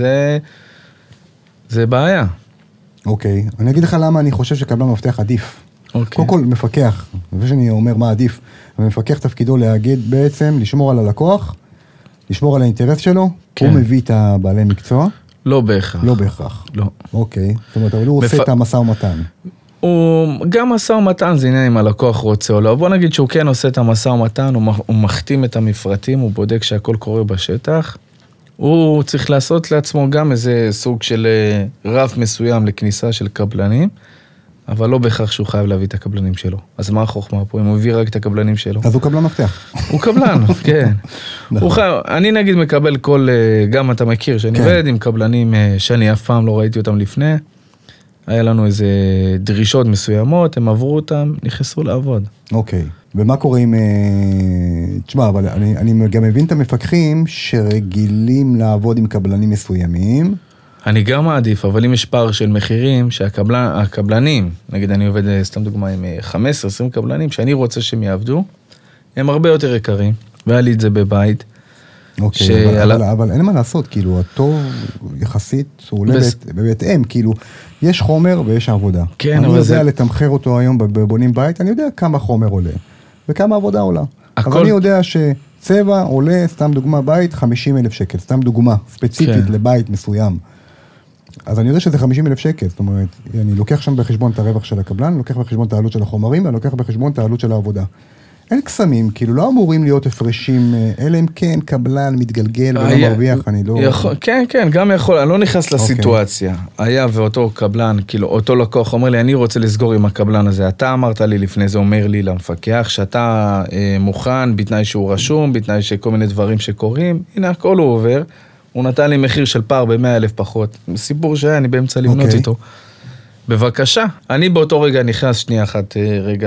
זה בעיה. אוקיי. אני אגיד לך למה אני חושב שקבלן מפתח עדיף. אוקיי. קודם כל מפקח, ושאני אומר מה עדיף, המפקח תפקידו להגיד בעצם, לשמור על הלקוח, לשמור על האינטרס שלו, כן. הוא מביא את הבעלי מקצוע. לא בהכרח. לא בהכרח. לא. אוקיי. זאת אומרת, אבל הוא עושה את המשא ומתן. גם משא ומתן זה עניין אם הלקוח רוצה או לא. בוא נגיד שהוא כן עושה את המשא ומתן, הוא מחתים את המפרטים, הוא בודק שהכל קורה בשטח. הוא צריך לעשות לעצמו גם איזה סוג של רף מסוים לכניסה של קבלנים, אבל לא בהכרח שהוא חייב להביא את הקבלנים שלו. אז מה החוכמה פה? אם הוא הביא רק את הקבלנים שלו. אז הוא קבלן מפתח. הוא קבלן, כן. אני נגיד מקבל גם אתה מכיר, שאני עובד עם קבלנים שאני אף פעם לא ראיתי אותם לפני, היה לנו איזה דרישות מסוימות, הם עברו אותם, נכנסו לעבוד. אוקיי. ומה קורה עם... תשמע, אבל אני גם מבין את המפקחים שרגילים לעבוד עם קבלנים מסוימים. אני גם מעדיף, אבל אם יש פער של מחירים, שהקבלנים, נגיד אני עובד, סתם דוגמה, עם 15-20 קבלנים, שאני רוצה שהם יעבדו, הם הרבה יותר יקרים, והיה לי את זה בבית. אוקיי, אבל אין מה לעשות, כאילו, הטוב יחסית, הוא עולה בהתאם, כאילו, יש חומר ויש עבודה. כן, אני יודע לתמחר אותו היום בבונים בית, אני יודע כמה חומר עולה, וכמה עבודה עולה. אבל אני יודע שצבע עולה, סתם דוגמה בית, 50,000 שקל, סתם דוגמה ספציפית לבית מסוים. אז אני יודע שזה 50,000 שקל, זאת אומרת, אני לוקח שם בחשבון את הרווח של הקבלן, לוקח בחשבון את העלות של החומרים, אני לוקח בחשבון את העלות של העבודה. אין קסמים, כאילו לא אמורים להיות הפרשים, אלא אם כן קבלן מתגלגל ולא מרוויח, אני לא... כן, כן, גם יכול, אני לא נכנס לסיטואציה. היה ואותו קבלן, כאילו אותו לקוח אומר לי, אני רוצה לסגור עם הקבלן הזה, אתה אמרת לי לפני זה, אומר לי למפקח, שאתה מוכן, בתנאי שהוא רשום, בתנאי שכל מיני דברים שקורים, הנה הכל הוא עובר, הוא נתן לי מחיר של פער ב100,000 פחות, סיפור שהיה, אני באמצע לבנות איתו. בבקשה, אני באותו רגע נכנס שנייה אחת רגע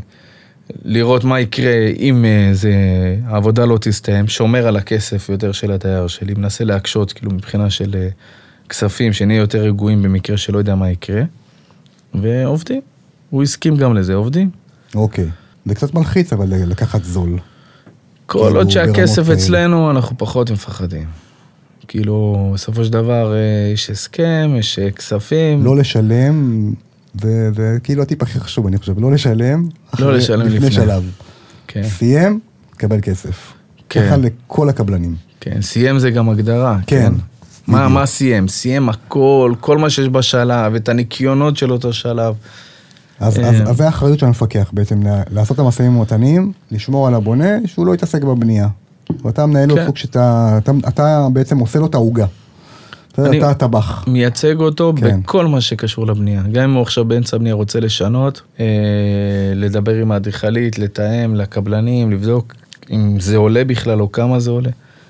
לראות מה יקרה אם העבודה לא תסתיים, שומר על הכסף יותר של הדייר שלי, מנסה להקשות כאילו מבחינה של כספים, שנהיה יותר רגועים במקרה שלא יודע מה יקרה, ועובדים. הוא הסכים גם לזה, עובדים. אוקיי, זה קצת מלחיץ אבל לקחת זול. כל עוד שהכסף אצלנו אנחנו פחות מפחדים. כאילו בסופו של דבר יש הסכם, יש כספים. לא לשלם... וכאילו הטיפ הכי חשוב, אני חושב, לא לשלם לפני שלב. סיים, קבל כסף. ככה לכל הקבלנים. כן, סיים זה גם הגדרה. כן. מה סיים? סיים הכל, כל מה שיש בשלב, את הניקיונות של אותו שלב. אז זה האחריות של המפקח בעצם, לעשות את המשאים ומתנים, לשמור על הבונה, שהוא לא יתעסק בבנייה. ואתה מנהל לו סוג שאתה בעצם עושה לו את העוגה. אני מייצג אותו בכל מה שקשור לבנייה. גם אם הוא עכשיו באמצע הבנייה רוצה לשנות, לדבר עם האדריכלית, לתאם, לקבלנים, לבדוק אם זה עולה בכלל או כמה זה עולה.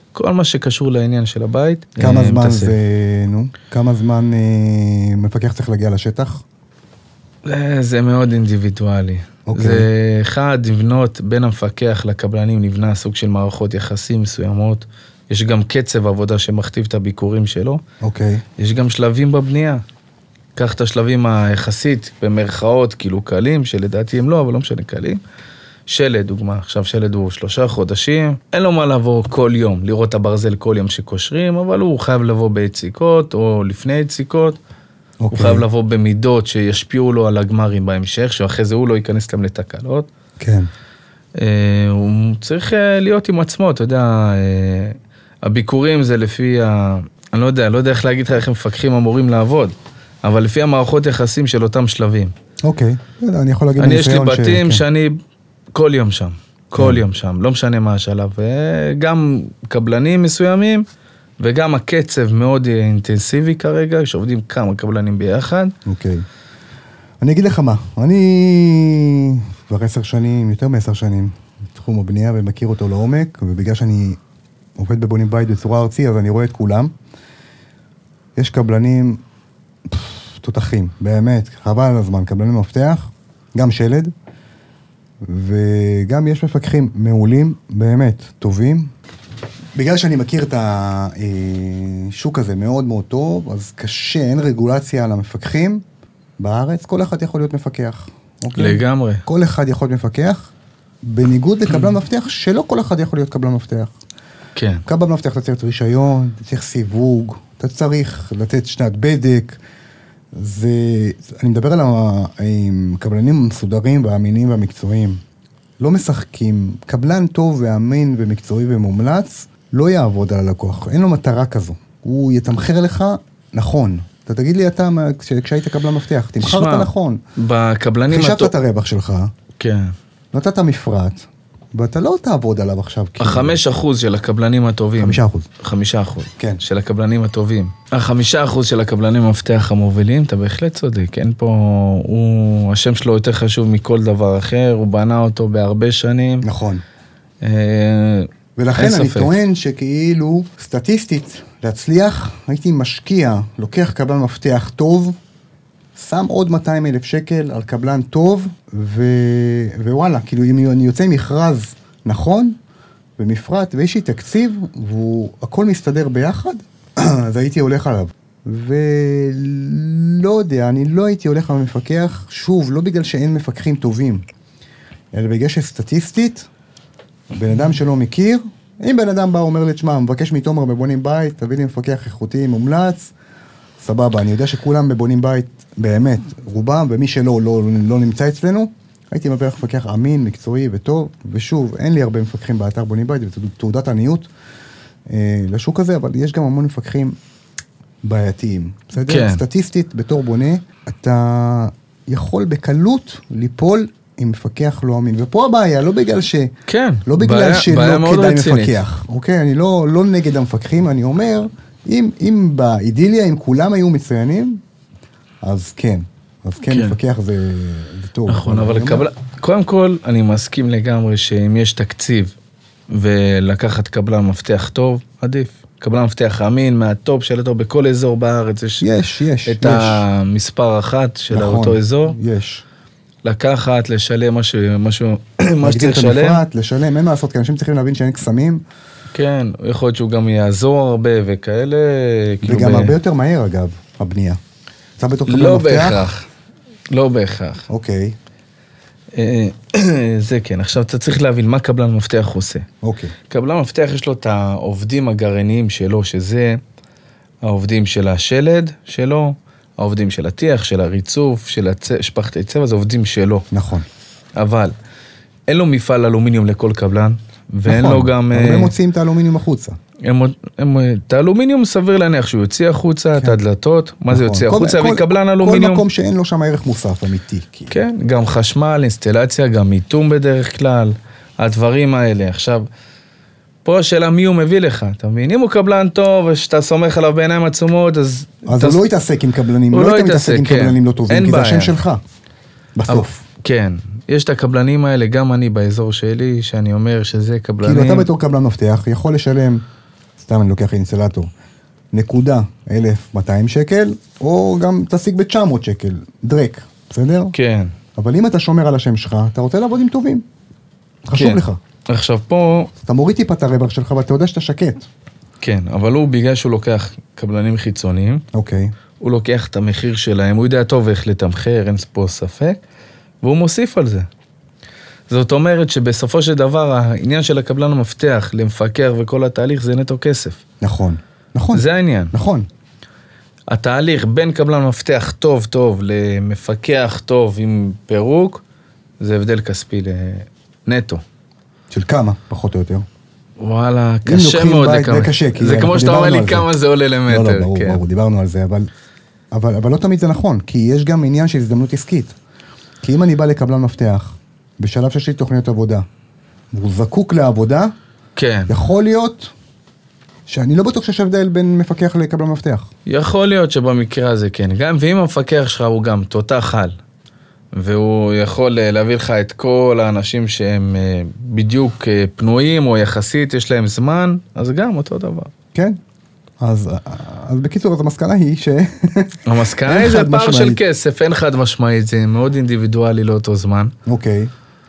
כל מה שקשור לעניין של הבית. כמה זמן זה, כמה זמן מפקח צריך להגיע לשטח? זה מאוד אינדיבידואלי. זה אחד, לבנות בין המפקח לקבלנים, נבנה סוג של מערכות יחסים מסוימות. יש גם קצב עבודה שמכתיב את הביקורים שלו. יש גם שלבים בבנייה. קח את השלבים היחסית, במרכאות, כאילו קלים, שלדעתי הם לא, אבל לא משנה קלים. שלד, דוגמה, עכשיו שלד הוא 3 חודשים, אין לו מה לבוא כל יום, לראות את הברזל כל יום שקושרים, אבל הוא חייב לבוא ביציקות, או לפני יציקות, הוא חייב לבוא במידות שישפיעו לו על הגמרים בהמשך, שאחרי זה הוא לא ייכנס להם לתקלות. כן. הוא צריך להיות עם עצמו, אתה יודע, הביקורים זה לפי, אני לא יודע איך להגיד לך איך מפקחים אמורים לעבוד, אבל לפי המערכות יחסים של אותם שלבים. אוקיי, אני יכול להגיד יש לי בתים שאני כל יום שם, כל יום שם, לא משנה מה השלב, וגם קבלנים מסוימים, וגם הקצב מאוד אינטנסיבי כרגע, שעובדים כמה קבלנים ביחד. אוקיי. אני אגיד לך מה, אני כבר 10 שנים, יותר מ10 שנים, בתחום הבנייה ומכיר אותו לעומק, ובגלל שאני עובד בבונים בית בצורה ארצי, אז אני רואה את כולם. יש קבלנים תותחים, באמת, חבל על הזמן, קבלני מפתח, גם שלד, וגם יש מפקחים מעולים, באמת, טובים. בגלל שאני מכיר את השוק הזה מאוד מאוד טוב, אז קשה, אין רגולציה על המפקחים בארץ, כל אחד יכול להיות מפקח. לגמרי. כל אחד יכול להיות מפקח, בניגוד לקבלן מפתח, שלא כל אחד יכול להיות קבלן מפתח. כן. קבלן מפתח, אתה צריך רישיון, אתה צריך סיווג, אתה צריך לתת שנת בדק, אני מדבר על הקבלנים המסודרים והאמינים והמקצועיים. לא משחקים. קבלן טוב ואמין ומקצועי ומומלץ, לא יעבוד על הלקוח. אין לו מטרה כזו. הוא יתמחר לך נכון. אתה תגיד לי אתה, כשהיית קבלן מפתח, תמחרת נכון. בקבלנים... חישבת את הרווח שלך. כן. נתת מפרט. ואתה לא תעבוד עליו עכשיו. 5% של הקבלנים הטובים. 5%. 5%. כן. של הקבלנים הטובים. 5% של הקבלנים המפתח המובילים, אתה בהחלט צודק. אין פה, השם שלו יותר חשוב מכל דבר אחר, הוא בנה אותו בהרבה שנים. נכון. ולכן אני טוען שכאילו, סטטיסטית, להצליח, הייתי משקיע, לוקח קבלן מפתח טוב, שם עוד 200,000 שקל על קבלן טוב, ווואלה, כאילו אם אני יוצא מכרז נכון, במפרט, ויש לי תקציב, והכל מסתדר ביחד, אז הייתי הולך עליו. ולא יודע, אני לא הייתי הולך על המפקח, שוב, לא בגלל שאין מפקחים טובים, אלא בגלל שסטטיסטית, בן אדם שלא מכיר, אם בן אדם בא אומר לי, תשמע, מבקש מתומר בבונים בית, תביא לי מפקח איכותי, מומלץ, סבבה, אני יודע שכולם בבונים בית, באמת, רובם, ומי שלא לא נמצא אצלנו, הייתי מפקח אמין, מקצועי וטוב, ושוב, אין לי הרבה מפקחים באתר בונים בית, וזו תעודת עניות לשוק הזה, אבל יש גם המון מפקחים בעייתיים. בסדר? כן. סטטיסטית, בתור בונה, אתה יכול בקלות ליפול עם מפקח לא אמין. ופה הבעיה, לא בגלל כן, לא בגלל שלא כדאי מפקח. אוקיי? אני לא נגד המפקחים, אני אומר, אם באידיליה, אם כולם היו מצוינים, אז כן. אז כן, מפקח זה טוב. נכון, אבל קודם כל, אני מסכים לגמרי שאם יש תקציב, ולקחת קבלן מפתח טוב, עדיף. קבלן מפתח אמין, מהטופ של הטופ, בכל אזור בארץ יש את המספר אחת של אותו אזור. יש. לקחת, לשלם מה שצריך לשלם, אין מה לעשות, כי אנשים צריכים להבין שאין קסמים. כן, יכול להיות שהוא גם יעזור הרבה וכאלה. וגם הרבה יותר מהר אגב, הבנייה. לא בהכרח. אוקיי. זה כן, עכשיו אתה צריך להבין מה קבלן מפתח עושה. אוקיי. קבלן מפתח יש לו את העובדים הגרעיניים שלו, שזה העובדים של השלד שלו, העובדים של הטיח, של הריצוף, של שפכתי צבע, זה עובדים שלו. נכון. אבל אין לו מפעל אלומיניום לכל קבלן, ואין לו גם... הרבה מוציאים את האלומיניום החוצה. את האלומיניום סביר להניח שהוא יוציא החוצה, את הדלתות, מה זה יוציא החוצה, וקבלן אלומיניום... כל מקום שאין לו שם ערך מוסף אמיתי. כן, גם חשמל, אינסטלציה, גם מיתום בדרך כלל, הדברים האלה. עכשיו, פה השאלה מי הוא מביא לך, אתה מבין? אם הוא קבלן טוב, ושאתה סומך עליו בעיניים עצומות, אז הוא לא יתעסק עם קבלנים, הוא לא יתעסק עם קבלנים לא טובים, כי זה השם שלך, בסוף. כן. יש את הקבלנים האלה, גם אני באזור שלי, שאני אומר שזה קבלנים... כאילו אתה בתור קבלן מפתח, יכול לשלם סתם אני לוקח אינסטלטור, נקודה 1,200 שקל, או גם תשיג ב-900 שקל, דרק, בסדר? כן. אבל אם אתה שומר על השם שלך, אתה רוצה לעבוד עם טובים. חשוב לך. עכשיו פה... אתה מוריד טיפה את הרווח שלך, ואתה יודע שאתה שקט. כן, אבל הוא בגלל שהוא לוקח קבלנים חיצוניים, אוקיי. הוא לוקח את המחיר שלהם, הוא יודע טוב איך לתמחר, אין פה ספק, והוא מוסיף על זה. זאת אומרת שבסופו של דבר, העניין של הקבלן המפתח למפקח וכל התהליך זה נטו כסף. נכון, נכון. זה העניין. נכון. התהליך בין קבלן מפתח טוב למפקח טוב עם פירוק, זה הבדל כספי נטו. של כמה, פחות או יותר? וואלה, קשה מאוד לכמה. זה כמו שאתה אומר לי כמה זה עולה למטר. לא, ברור, דיברנו על זה, אבל לא תמיד זה נכון, כי יש גם עניין של הזדמנות עסקית. כי אם אני בא לקבלן מפתח, בשלב שיש לי תוכניות עבודה, והוא זקוק לעבודה, כן. יכול להיות שאני לא בטוח שיש הבדל בין מפקח לקבלן מפתח. יכול להיות שבמקרה הזה כן. גם ואם המפקח שלך הוא גם תותח על, והוא יכול להביא לך את כל האנשים שהם בדיוק פנויים או יחסית, יש להם זמן, אז גם אותו דבר. כן. אז בקיצור, אז המסקנה היא ש... המסקנה היא זה פער של כסף, אין חד משמעית, זה מאוד אינדיבידואלי לאותו זמן. אוקיי.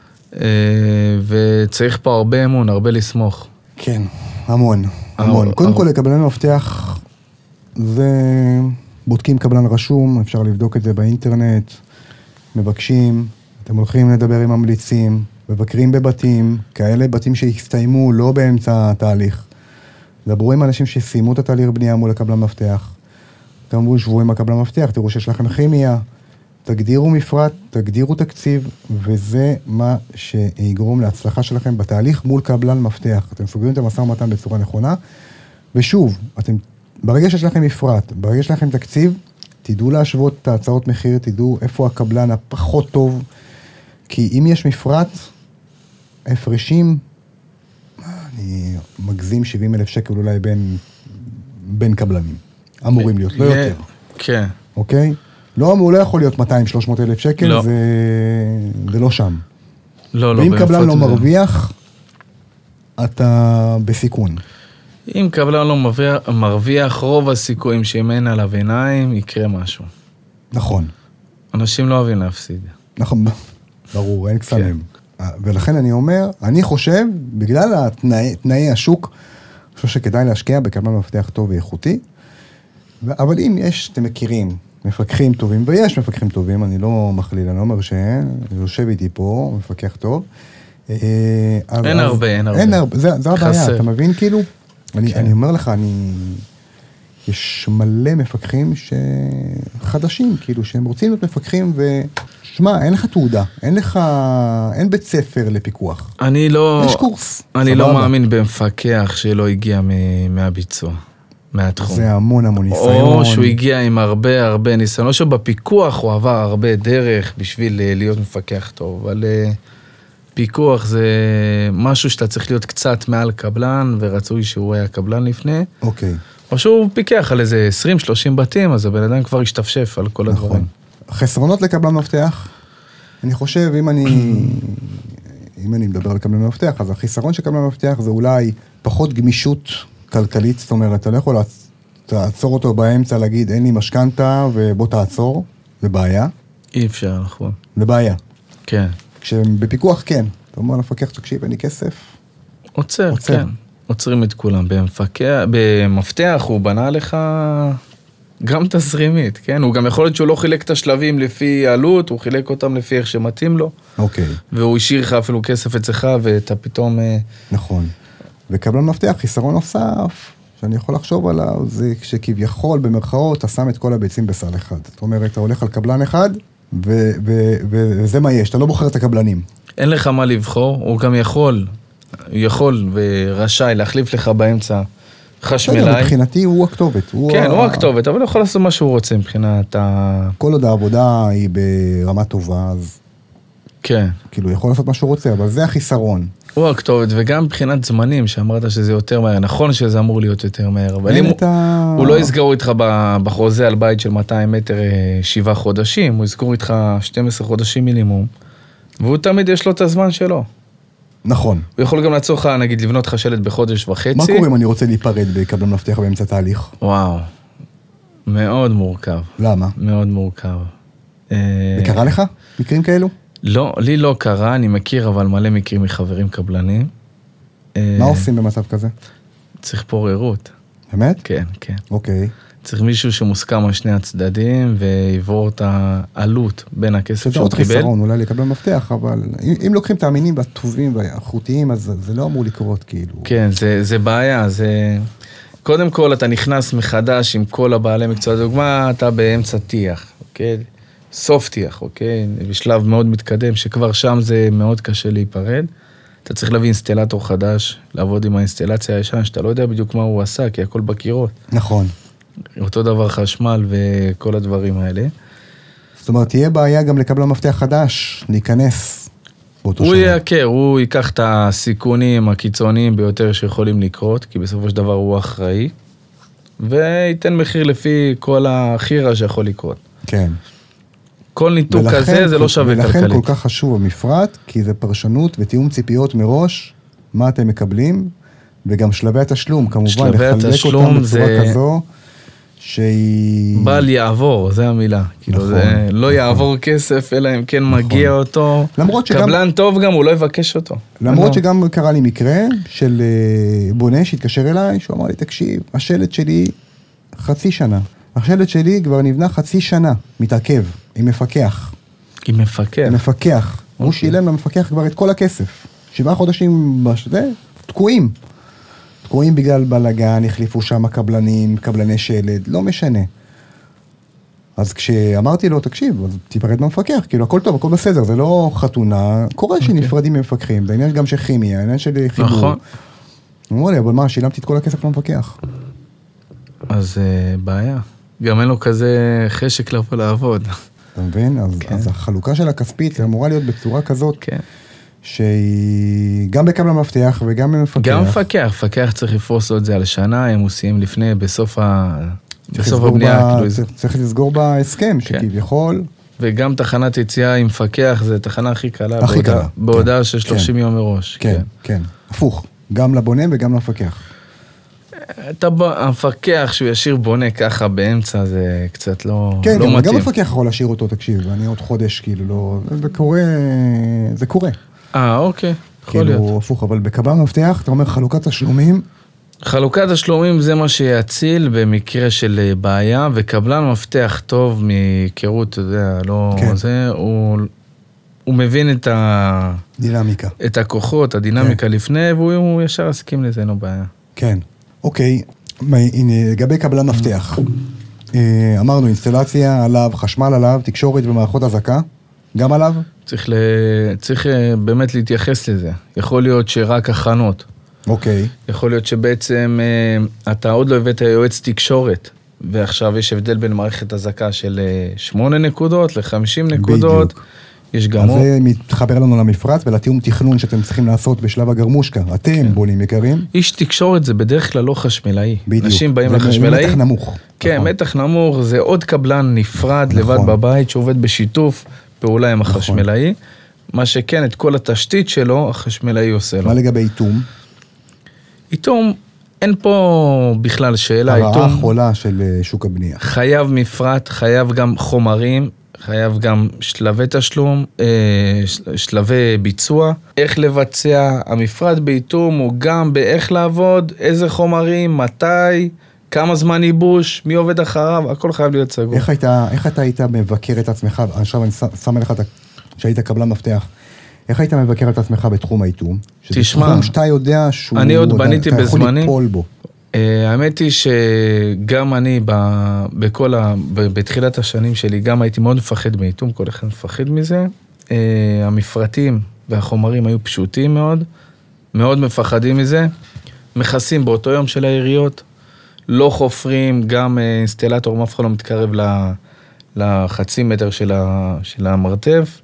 וצריך פה הרבה אמון, הרבה לסמוך. כן, המון. קודם כל, לקבלן מפתח, זה בודקים קבלן רשום, אפשר לבדוק את זה באינטרנט, מבקשים, אתם הולכים לדבר עם ממליצים, מבקרים בבתים, כאלה בתים שהסתיימו לא באמצע התהליך. דברו עם אנשים שסיימו את התהליך בנייה מול הקבלן מפתח. תאמרו, שבו עם הקבלן מפתח, תראו שיש לכם כימיה, תגדירו מפרט, תגדירו תקציב, וזה מה שיגרום להצלחה שלכם בתהליך מול קבלן מפתח. אתם סוגרים את המשא ומתן בצורה נכונה, ושוב, ברגע שיש לכם מפרט, ברגע שיש לכם תקציב, תדעו להשוות את ההצעות מחיר, תדעו איפה הקבלן הפחות טוב, כי אם יש מפרט, הפרשים, אני מגזים 70,000 שקל אולי בין קבלנים. אמורים להיות, לא יותר. כן. אוקיי? לא, הוא לא יכול להיות 200-300 אלף שקל, לא. זה לא שם. לא, ואם קבלן לא מרוויח, אתה בסיכון. אם קבלן לא מרוויח, רוב הסיכויים שאם אין עליו עיניים, יקרה משהו. נכון. אנשים לא אוהבים להפסיד. נכון, ברור, אין קסמים. ולכן אני אומר, אני חושב, בגלל תנאי השוק, אני חושב שכדאי להשקיע בקבלן מפתח טוב ואיכותי, אבל אם יש, אתם מכירים, מפקחים טובים, ויש מפקחים טובים, אני לא מכליל, אני לא אומר שאין, אני יושב איתי פה, מפקח טוב. אין הרבה. זה הבעיה, אתה מבין כאילו? אני אומר לך, יש מלא מפקחים חדשים, כאילו, שהם רוצים להיות מפקחים, ושמע, אין לך תעודה, אין בית ספר לפיקוח. יש קורס. אני לא מאמין במפקח שלא הגיע מהביצוע. מהתחום. זה המון ניסיון. או שהוא הגיע עם הרבה ניסיון, או שבפיקוח הוא עבר הרבה דרך בשביל להיות מפקח טוב, אבל פיקוח זה משהו שאתה צריך להיות קצת מעל קבלן, ורצוי שהוא היה קבלן לפני. אוקיי. או שהוא פיקח על איזה 20-30 בתים, אז הבן אדם כבר ישתפשף על כל הדברים. חסרונות לקבלן מפתח, אני חושב, אם אני מדבר על קבלן מפתח, אז החיסרון של קבלן מפתח זה אולי פחות גמישות כלכלית, זאת אומרת, אתה לא יכול לעצור אותו באמצע, להגיד, אין לי משכנתה, ובוא תעצור, זה בעיה. אי אפשר, נכון. זה בעיה. כן. כשבפיקוח כן, אתה אומר לפקח, תקשיב, אין לי כסף. עוצר, כן. עוצרים את כולם. במפתח הוא בנה לך גם תזרימית, כן? הוא גם יכול להיות שהוא לא חילק את השלבים לפי עלות, הוא חילק אותם לפי איך שמתאים לו. אוקיי. והוא השאיר לך אפילו כסף אצלך, ואתה פתאום... נכון. וקבלן מפתח, חיסרון נוסף, שאני יכול לחשוב עליו, זה שכביכול, במרכאות, אתה שם את כל הביצים בסל אחד. זאת אומרת, אתה הולך על קבלן אחד, וזה מה יש, אתה לא בוחר את הקבלנים. אין לך מה לבחור, הוא גם יכול ורשאי להחליף לך באמצע חשמלאי. מבחינתי הוא הכתובת. כן, הוא הכתובת, אבל הוא יכול לעשות מה שהוא רוצה מבחינת כל עוד העבודה היא ברמה טובה, אז... כן. כאילו, הוא יכול לעשות מה שהוא רוצה, אבל זה החיסרון. הוא הכתובת, וגם מבחינת זמנים, שאמרת שזה יותר מהר, נכון שזה אמור להיות יותר מהר, אבל אם הוא לא יסגרו איתך בחוזה על בית של 200 מטר 7 חודשים, הוא יסגרו איתך 12 חודשים מינימום, והוא תמיד יש לו את הזמן שלו. נכון. הוא יכול גם לעצור לך, נגיד, לבנות לך שלט בחודש וחצי. מה קורה אם אני רוצה להיפרד בקבלן מפתח באמצע תהליך? וואו, מאוד מורכב. למה? מאוד מורכב. וקרה לך מקרים כאלו? לא, לי לא קרה, אני מכיר אבל מלא מקרים מחברים קבלנים. מה עושים במצב כזה? צריך פה ערערות. באמת? כן, כן. אוקיי. צריך מישהו שמוסכם על שני הצדדים, ויעבור את העלות בין הכסף שהוא עוד קיבל. חיסרון, אולי לקבל מפתח, אבל אם לוקחים את האמינים והטובים והאיכותיים, אז זה לא אמור לקרות כאילו. כן, זה בעיה, זה... קודם כל אתה נכנס מחדש עם כל הבעלי מקצוע, דוגמה, אתה באמצע תיח, אוקיי? סוף תיח, אוקיי? בשלב מאוד מתקדם, שכבר שם זה מאוד קשה להיפרד. אתה צריך להביא אינסטלטור חדש, לעבוד עם האינסטלציה הישן, שאתה לא יודע בדיוק מה הוא עשה, כי הכל בקירות. נכון. אותו דבר חשמל וכל הדברים האלה. זאת אומרת, תהיה בעיה גם לקבל מפתח חדש, להיכנס באותו שנה. הוא יעקר, הוא ייקח את הסיכונים הקיצוניים ביותר שיכולים לקרות, כי בסופו של דבר הוא אחראי, וייתן מחיר לפי כל החירה שיכול לקרות. כן. כל ניתוק כזה זה לא שווה כלכלית. ולכן כל כך חשוב המפרט, כי זה פרשנות ותיאום ציפיות מראש, מה אתם מקבלים, וגם שלבי התשלום, כמובן, לחלק אותם בצורה כזו, שהיא... בל יעבור, זה המילה. כאילו זה לא יעבור כסף, אלא אם כן מגיע אותו. קבלן טוב גם, הוא לא יבקש אותו. למרות שגם קרה לי מקרה של בונה שהתקשר אליי, שהוא אמר לי, תקשיב, השלט שלי חצי שנה. השלט שלי כבר נבנה חצי שנה, מתעכב, עם מפקח. עם מפקח? עם מפקח. הוא שילם למפקח כבר את כל הכסף. 7 חודשים בשדה, תקועים. תקועים בגלל בלגן, החליפו שם קבלני שלד, לא משנה. אז כשאמרתי לו, תקשיב, אז תיפרד מהמפקח, כאילו הכל טוב, הכל בסדר, זה לא חתונה, קורה שנפרדים ממפקחים, זה עניין גם של כימיה, עניין של חיבור. נכון. הוא אומר לי, אבל מה, שילמתי את כל הכסף למפקח. אז בעיה. גם אין לו כזה חשק לבוא לעבוד. אתה מבין? אז החלוקה של הכספית אמורה להיות בצורה כזאת, שהיא גם בקבלן מפתח וגם במפקח. גם מפקח צריך לפרוס לו את זה על שנה, הם עושים לפני, בסוף הבנייה. צריך לסגור בהסכם, שכביכול... וגם תחנת יציאה עם מפקח, זה תחנה הכי קלה. בהודעה של 30 יום מראש. כן, כן. הפוך. גם לבונה וגם למפקח. המפקח שהוא ישיר בונה ככה באמצע, זה קצת לא מתאים. כן, גם המפקח יכול להשאיר אותו, תקשיב, אני עוד חודש, כאילו, לא... זה קורה. אוקיי, יכול להיות. כאילו, הפוך, אבל בקבלן מפתח, אתה אומר חלוקת תשלומים. חלוקת תשלומים זה מה שיציל במקרה של בעיה, וקבלן מפתח טוב מהיכרות, אתה יודע, לא זה, הוא מבין את דינמיקה. את הכוחות, הדינמיקה לפני, והוא ישר הסכים לזה, לא בעיה. כן. אוקיי, לגבי קבלן מפתח, אמרנו אינסטלציה עליו, חשמל עליו, תקשורת ומערכות הזקה, גם עליו? צריך באמת להתייחס לזה. יכול להיות שרק הכנות. אוקיי. יכול להיות שבעצם אתה עוד לא הבאת יועץ תקשורת, ועכשיו יש הבדל בין מערכת הזקה של 8 נקודות ל-50 נקודות. בדיוק. יש גם... אז זה מתחבר לנו למפרט ולתיאום תכנון שאתם צריכים לעשות בשלב הגרמושקה. אתם בונים יקרים. איש תקשורת זה בדרך כלל לא חשמלאי. בדיוק. אנשים באים לחשמלאי. מתח נמוך. כן, מתח נמוך זה עוד קבלן נפרד לבד בבית שעובד בשיתוף פעולה עם החשמלאי. מה שכן, את כל התשתית שלו, החשמלאי עושה לו. מה לגבי איתום? איתום, אין פה בכלל שאלה. הרעה החולה של שוק הבנייה. חייב מפרט, חייב גם חומרים, חייב גם שלבי תשלום, שלבי ביצוע, איך לבצע, המפרט באיתום הוא גם באיך לעבוד, איזה חומרים, מתי, כמה זמן ייבוש, מי עובד אחריו, הכל חייב להיות סגור. איך אתה היית מבקר את עצמך, עכשיו אני שם לך שהיית קבלן מפתח, איך היית מבקר את עצמך בתחום האיתום? תשמע, תחום שאתה יודע שהוא... אני עוד בניתי בזמני. אתה יכול ליפול בו. האמת היא שגם אני בתחילת השנים שלי גם הייתי מאוד מפחד מאיתום, כל אחד מפחד מזה. המפרטים והחומרים היו פשוטים מאוד, מאוד מפחדים מזה. מכסים באותו יום של העיריות, לא חופרים, גם אינסטלטור מפחה לא מתקרב לחצי מטר של המרתף.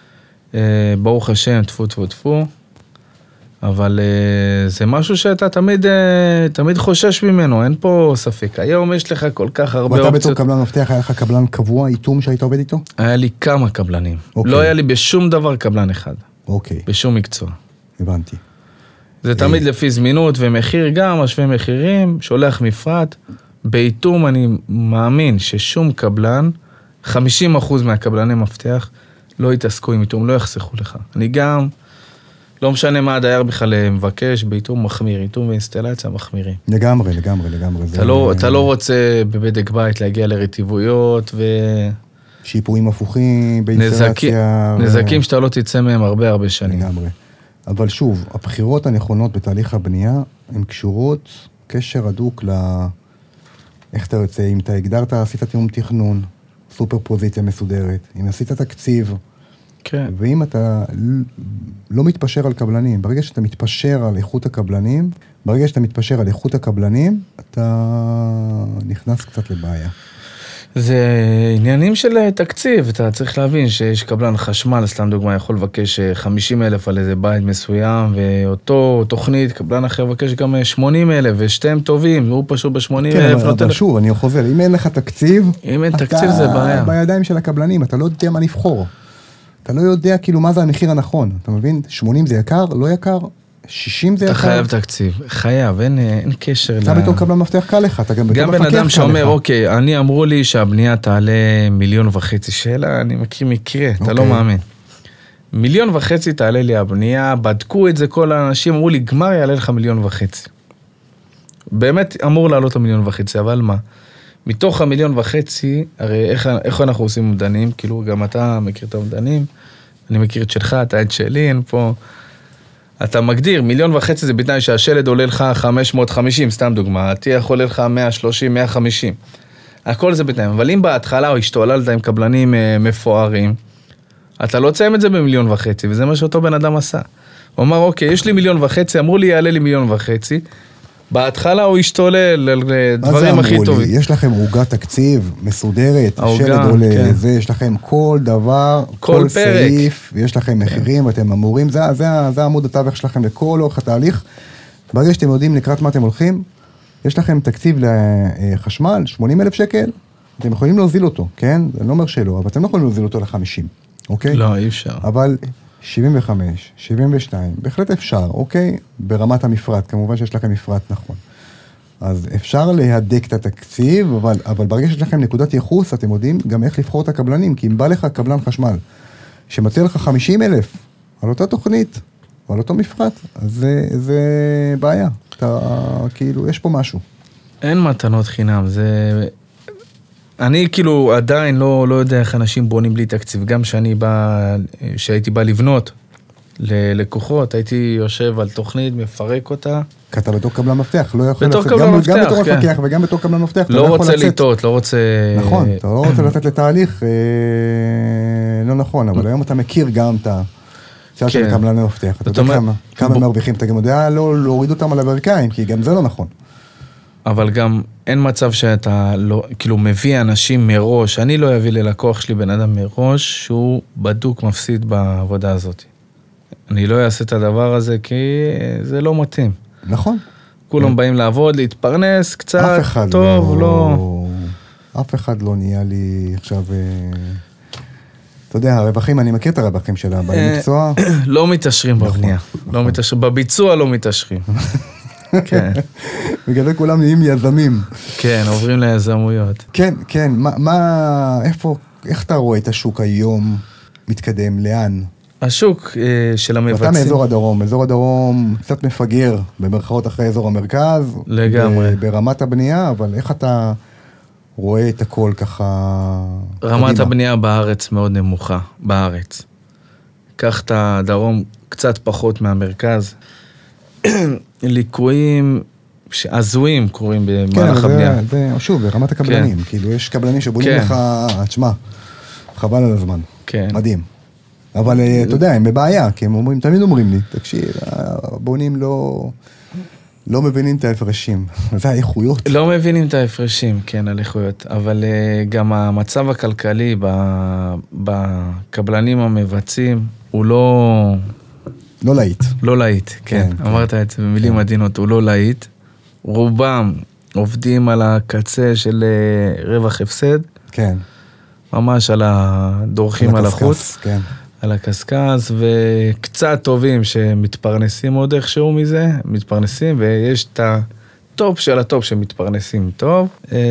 ברוך השם, טפו. אבל זה משהו שאתה תמיד חושש ממנו, אין פה ספק. היום יש לך כל כך הרבה אופציות. ואתה בתור קבלן מפתח, היה לך קבלן קבוע, איתום שהיית עובד איתו? היה לי כמה קבלנים. לא היה לי בשום דבר קבלן אחד. אוקיי. בשום מקצוע. הבנתי. זה תמיד לפי זמינות ומחיר גם, משווה מחירים, שולח מפרט. באיתום אני מאמין ששום קבלן, 50% מהקבלני מפתח, לא יתעסקו עם איתום, לא יחסכו לך. אני גם, לא משנה מה הדייר בכלל מבקש, באיתום מחמיר, איתום ואינסטלציה מחמירים. לגמרי. אתה לא רוצה בבדק בית להגיע לרטיבויות שיפועים הפוכים, באינסטלציה. נזקים שאתה לא תצא מהם הרבה שנים. לגמרי. אבל שוב, הבחירות הנכונות בתהליך הבנייה, הן קשורות קשר הדוק איך אתה יוצא, אם אתה הגדרת, עשית תיאום תכנון, סופר פוזיציה מסודרת, אם עשית תקציב, כן. ואם אתה לא מתפשר על קבלנים, ברגע שאתה מתפשר על איכות הקבלנים, אתה נכנס קצת לבעיה. זה עניינים של תקציב, אתה צריך להבין שיש קבלן חשמל, סתם דוגמה, יכול לבקש 50,000 על איזה בית מסוים, ואותו תוכנית, קבלן אחר מבקש גם 80,000, ושתיהם טובים, הוא פשוט ב-80,000. כן, אבל שוב, אני חוזר, אם אין לך תקציב, אם אין תקציב זה בעיה. בידיים של הקבלנים, אתה לא יודע מה לבחור. אתה לא יודע כאילו מה זה המחיר הנכון, אתה מבין? 80 זה יקר, לא יקר, 60 זה יקר. אתה חייב תקציב, חייב, אין קשר. אתה בתור קבלן מפתח קל לך, אתה גם בתור מפקח קל לך. גם בן אדם שאומר, אוקיי, אני אמרו לי שהבנייה תעלה 1.5 מיליון, שאלה, אני מכיר מקרה, אתה לא מאמין. 1.5 מיליון תעלה לי הבנייה, בדקו את זה כל האנשים, אמרו לי, גמר יעלה לך 1.5 מיליון. באמת אמור לעלות 1.5 מיליון, אבל מה? מתוך 1.5 מיליון, הרי איך אנחנו עושים אומדנים, כאילו גם אתה מכיר את האומדנים, אני מכיר את שלך, אתה את שלי, אין פה... אתה מגדיר, 1.5 מיליון זה בתנאי שהשלד עולה לך 550, סתם דוגמה, התיח עולה לך 130, 150. הכל זה בתנאי, אבל אם בהתחלה או השתוללת עם קבלנים מפוארים, אתה לא ציים את זה ב1.5 מיליון, וזה מה שאותו בן אדם עשה. הוא אמר, אוקיי, יש לי 1.5 מיליון, אמרו לי, יעלה לי 1.5 מיליון, בהתחלה הוא השתולל על דברים הכי טובים. יש לכם עוגת תקציב מסודרת, שלד עולה, זה, יש לכם כל דבר, כל סעיף, יש לכם מחירים, אתם אמורים, זה עמוד התווך שלכם לכל אורך התהליך. ברגע שאתם יודעים לקראת מה אתם הולכים, יש לכם תקציב לחשמל, 80,000 שקל, אתם יכולים להוזיל אותו, כן? אני לא אומר שלא, אבל אתם לא יכולים להוזיל אותו ל-50, אוקיי? לא, אי אפשר. אבל 75, 72, בהחלט אפשר, אוקיי? ברמת המפרט, כמובן שיש לכם מפרט נכון. אז אפשר להדק את התקציב, אבל ברגע שיש לכם נקודת ייחוס, אתם יודעים גם איך לבחור את הקבלנים, כי אם בא לך קבלן חשמל, שמציע לך 50,000 על אותה תוכנית, על אותו מפרט, אז זה בעיה. כאילו, יש פה משהו. אין מתנות חינם, זה... אני כאילו עדיין לא יודע איך אנשים בונים בלי תקציב, גם שהייתי בא לבנות ללקוחות, הייתי יושב על תוכנית, מפרק אותה. כי אתה בתור קבלן מפתח, לא יכול לצאת, גם בתור מפקח וגם בתור קבלן מפתח, לא רוצה לטעות, לא רוצה... נכון, אתה לא רוצה לתת לתהליך, לא נכון, אבל היום אתה מכיר גם את הצעה של קבלן מפתח, אתה יודע כמה מרוויחים, אתה גם יודע להוריד אותם על הברכיים, כי גם זה לא נכון. אבל גם אין מצב שאתה לא, כאילו מביא אנשים מראש, אני לא אביא ללקוח שלי בן אדם מראש, שהוא בדוק מפסיד בעבודה הזאת. אני לא אעשה את הדבר הזה, כי זה לא מתאים. נכון. כולם באים לעבוד, להתפרנס, קצת, טוב, לא... אף אחד לא נהיה לי עכשיו... אתה יודע, הרווחים, אני מכיר את הרווחים של הבעלי מקצוע. לא מתעשרים בבנייה. לא מתעשרים, בביצוע לא מתעשרים. כן. בגלל זה כולם נהיים יזמים. כן, עוברים ליזמויות. כן, כן. איך אתה רואה את השוק היום מתקדם? לאן? השוק של המבצעים. אתה מאזור הדרום. אזור הדרום קצת מפגר במרכאות אחרי אזור המרכז. לגמרי. ברמת הבנייה, אבל איך אתה רואה את הכל ככה? רמת הבנייה בארץ מאוד נמוכה, בארץ. קח את הדרום קצת פחות מהמרכז. ליקויים שעזויים קורים במהלך הבנייה. כן, שוב, ברמת הקבלנים. כאילו, יש קבלנים שבונים לך, תשמע, חבל על הזמן. כן. מדהים. אבל אתה יודע, הם בבעיה, כי הם תמיד אומרים לי, תקשיב, הבונים לא מבינים את ההפרשים. זה האיכויות. לא מבינים את ההפרשים, כן, על איכויות. אבל גם המצב הכלכלי בקבלנים המבצעים, הוא לא... לא להיט. לא להיט, כן. אמרת את זה במילים עדינות, הוא לא להיט. רובם עובדים על הקצה של רווח הפסד. כן. ממש על הדורכים על החוץ. כן. על הקסקס, וקצת טובים שמתפרנסים עוד איכשהו מזה, מתפרנסים, ויש את הטופ של הטופ שמתפרנסים טוב.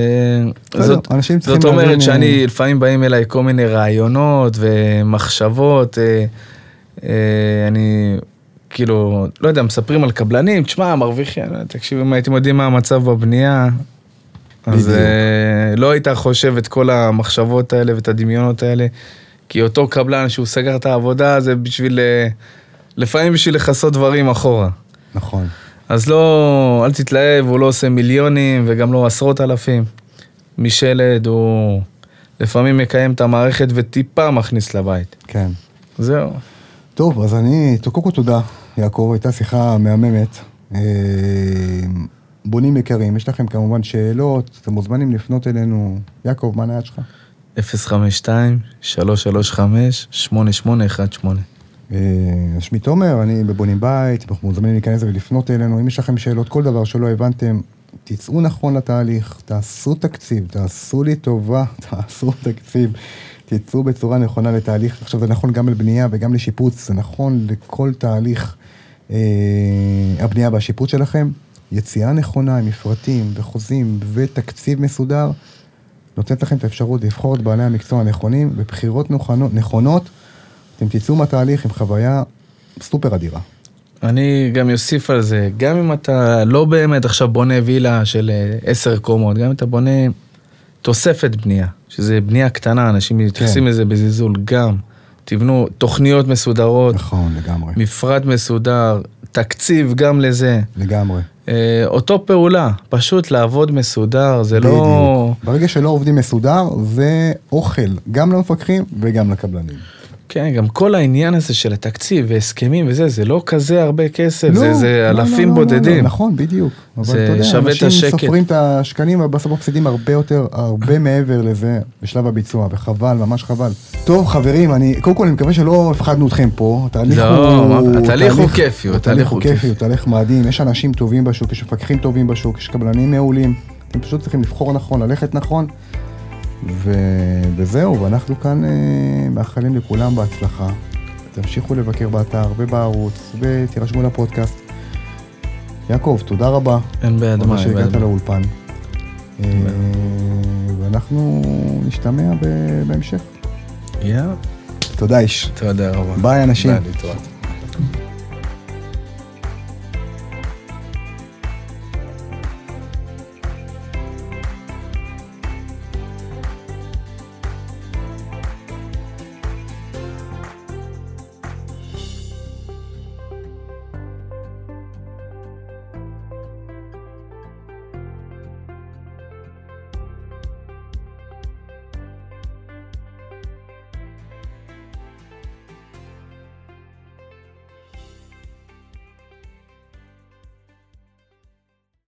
זאת אומרת שאני, לפעמים באים אליי כל מיני רעיונות ומחשבות, אני כאילו, לא יודע, מספרים על קבלנים, תשמע, מרוויחים, תקשיב, אם הייתם יודעים מה המצב בבנייה, אז לא היית חושב את כל המחשבות האלה ואת הדמיונות האלה, כי אותו קבלן שהוא סגר את העבודה, זה בשביל, לפעמים בשביל לחסות דברים אחורה. נכון. אז לא, אל תתלהב, הוא לא עושה מיליונים וגם לא עשרות אלפים. משלד הוא לפעמים מקיים את המערכת וטיפה מכניס לבית. כן. זהו. טוב, אז קודם כל תודה, יעקב, הייתה שיחה מהממת. בונים יקרים, יש לכם כמובן שאלות, אתם מוזמנים לפנות אלינו. יעקב, מה הנייד שלך? 052-335-8818. שמי תומר, אני בבונים בית, אנחנו מוזמנים להיכנס ולפנות אלינו. אם יש לכם שאלות, כל דבר שלא הבנתם, תצאו נכון לתהליך, תעשו תקציב, תעשו לי טובה, תעשו תקציב, תצאו בצורה נכונה לתהליך. עכשיו זה נכון גם לבנייה וגם לשיפוץ, זה נכון לכל תהליך הבנייה והשיפוץ שלכם. יציאה נכונה עם מפרטים וחוזים ותקציב מסודר, נותנת לכם את האפשרות לבחור את בעלי המקצוע הנכונים, ובחירות נכונות, אתם תצאו מהתהליך עם חוויה סופר אדירה. אני גם יוסיף על זה, גם אם אתה לא באמת עכשיו בונה וילה של 10 קומות, גם אם אתה בונה תוספת בנייה, שזה בנייה קטנה, אנשים מתייחסים לזה בזלזול, גם תבנו תוכניות מסודרות, נכון, לגמרי. מפרט מסודר, תקציב גם לזה. לגמרי. אותו פעולה, פשוט לעבוד מסודר, זה בדיוק. לא... ברגע שלא עובדים מסודר, זה אוכל, גם למפקחים וגם לקבלנים. כן, גם כל העניין הזה של התקציב והסכמים וזה, זה לא כזה הרבה כסף, זה אלפים בודדים. נכון, בדיוק. זה שווה את השקט. אנשים סופרים את השקנים, ובסוף מפסידים הרבה מעבר לזה בשלב הביצוע, וחבל, ממש חבל. טוב, חברים, קודם כל אני מקווה שלא הפחדנו אתכם פה. התהליך הוא כיפי, התהליך הוא כיפי, הוא תהליך מדהים. יש אנשים טובים בשוק, יש מפקחים טובים בשוק, יש קבלנים מעולים. אתם פשוט צריכים לבחור נכון, ללכת נכון. וזהו, ואנחנו כאן מאחלים לכולם בהצלחה. תמשיכו לבקר באתר ובערוץ, ותירשמו לפודקאסט. יעקב, תודה רבה. אין בעד מה, אין בעד שהגעת לאולפן. ואנחנו נשתמע בהמשך. יאללה. תודה איש. תודה רבה. ביי אנשים. ביי, להתראות.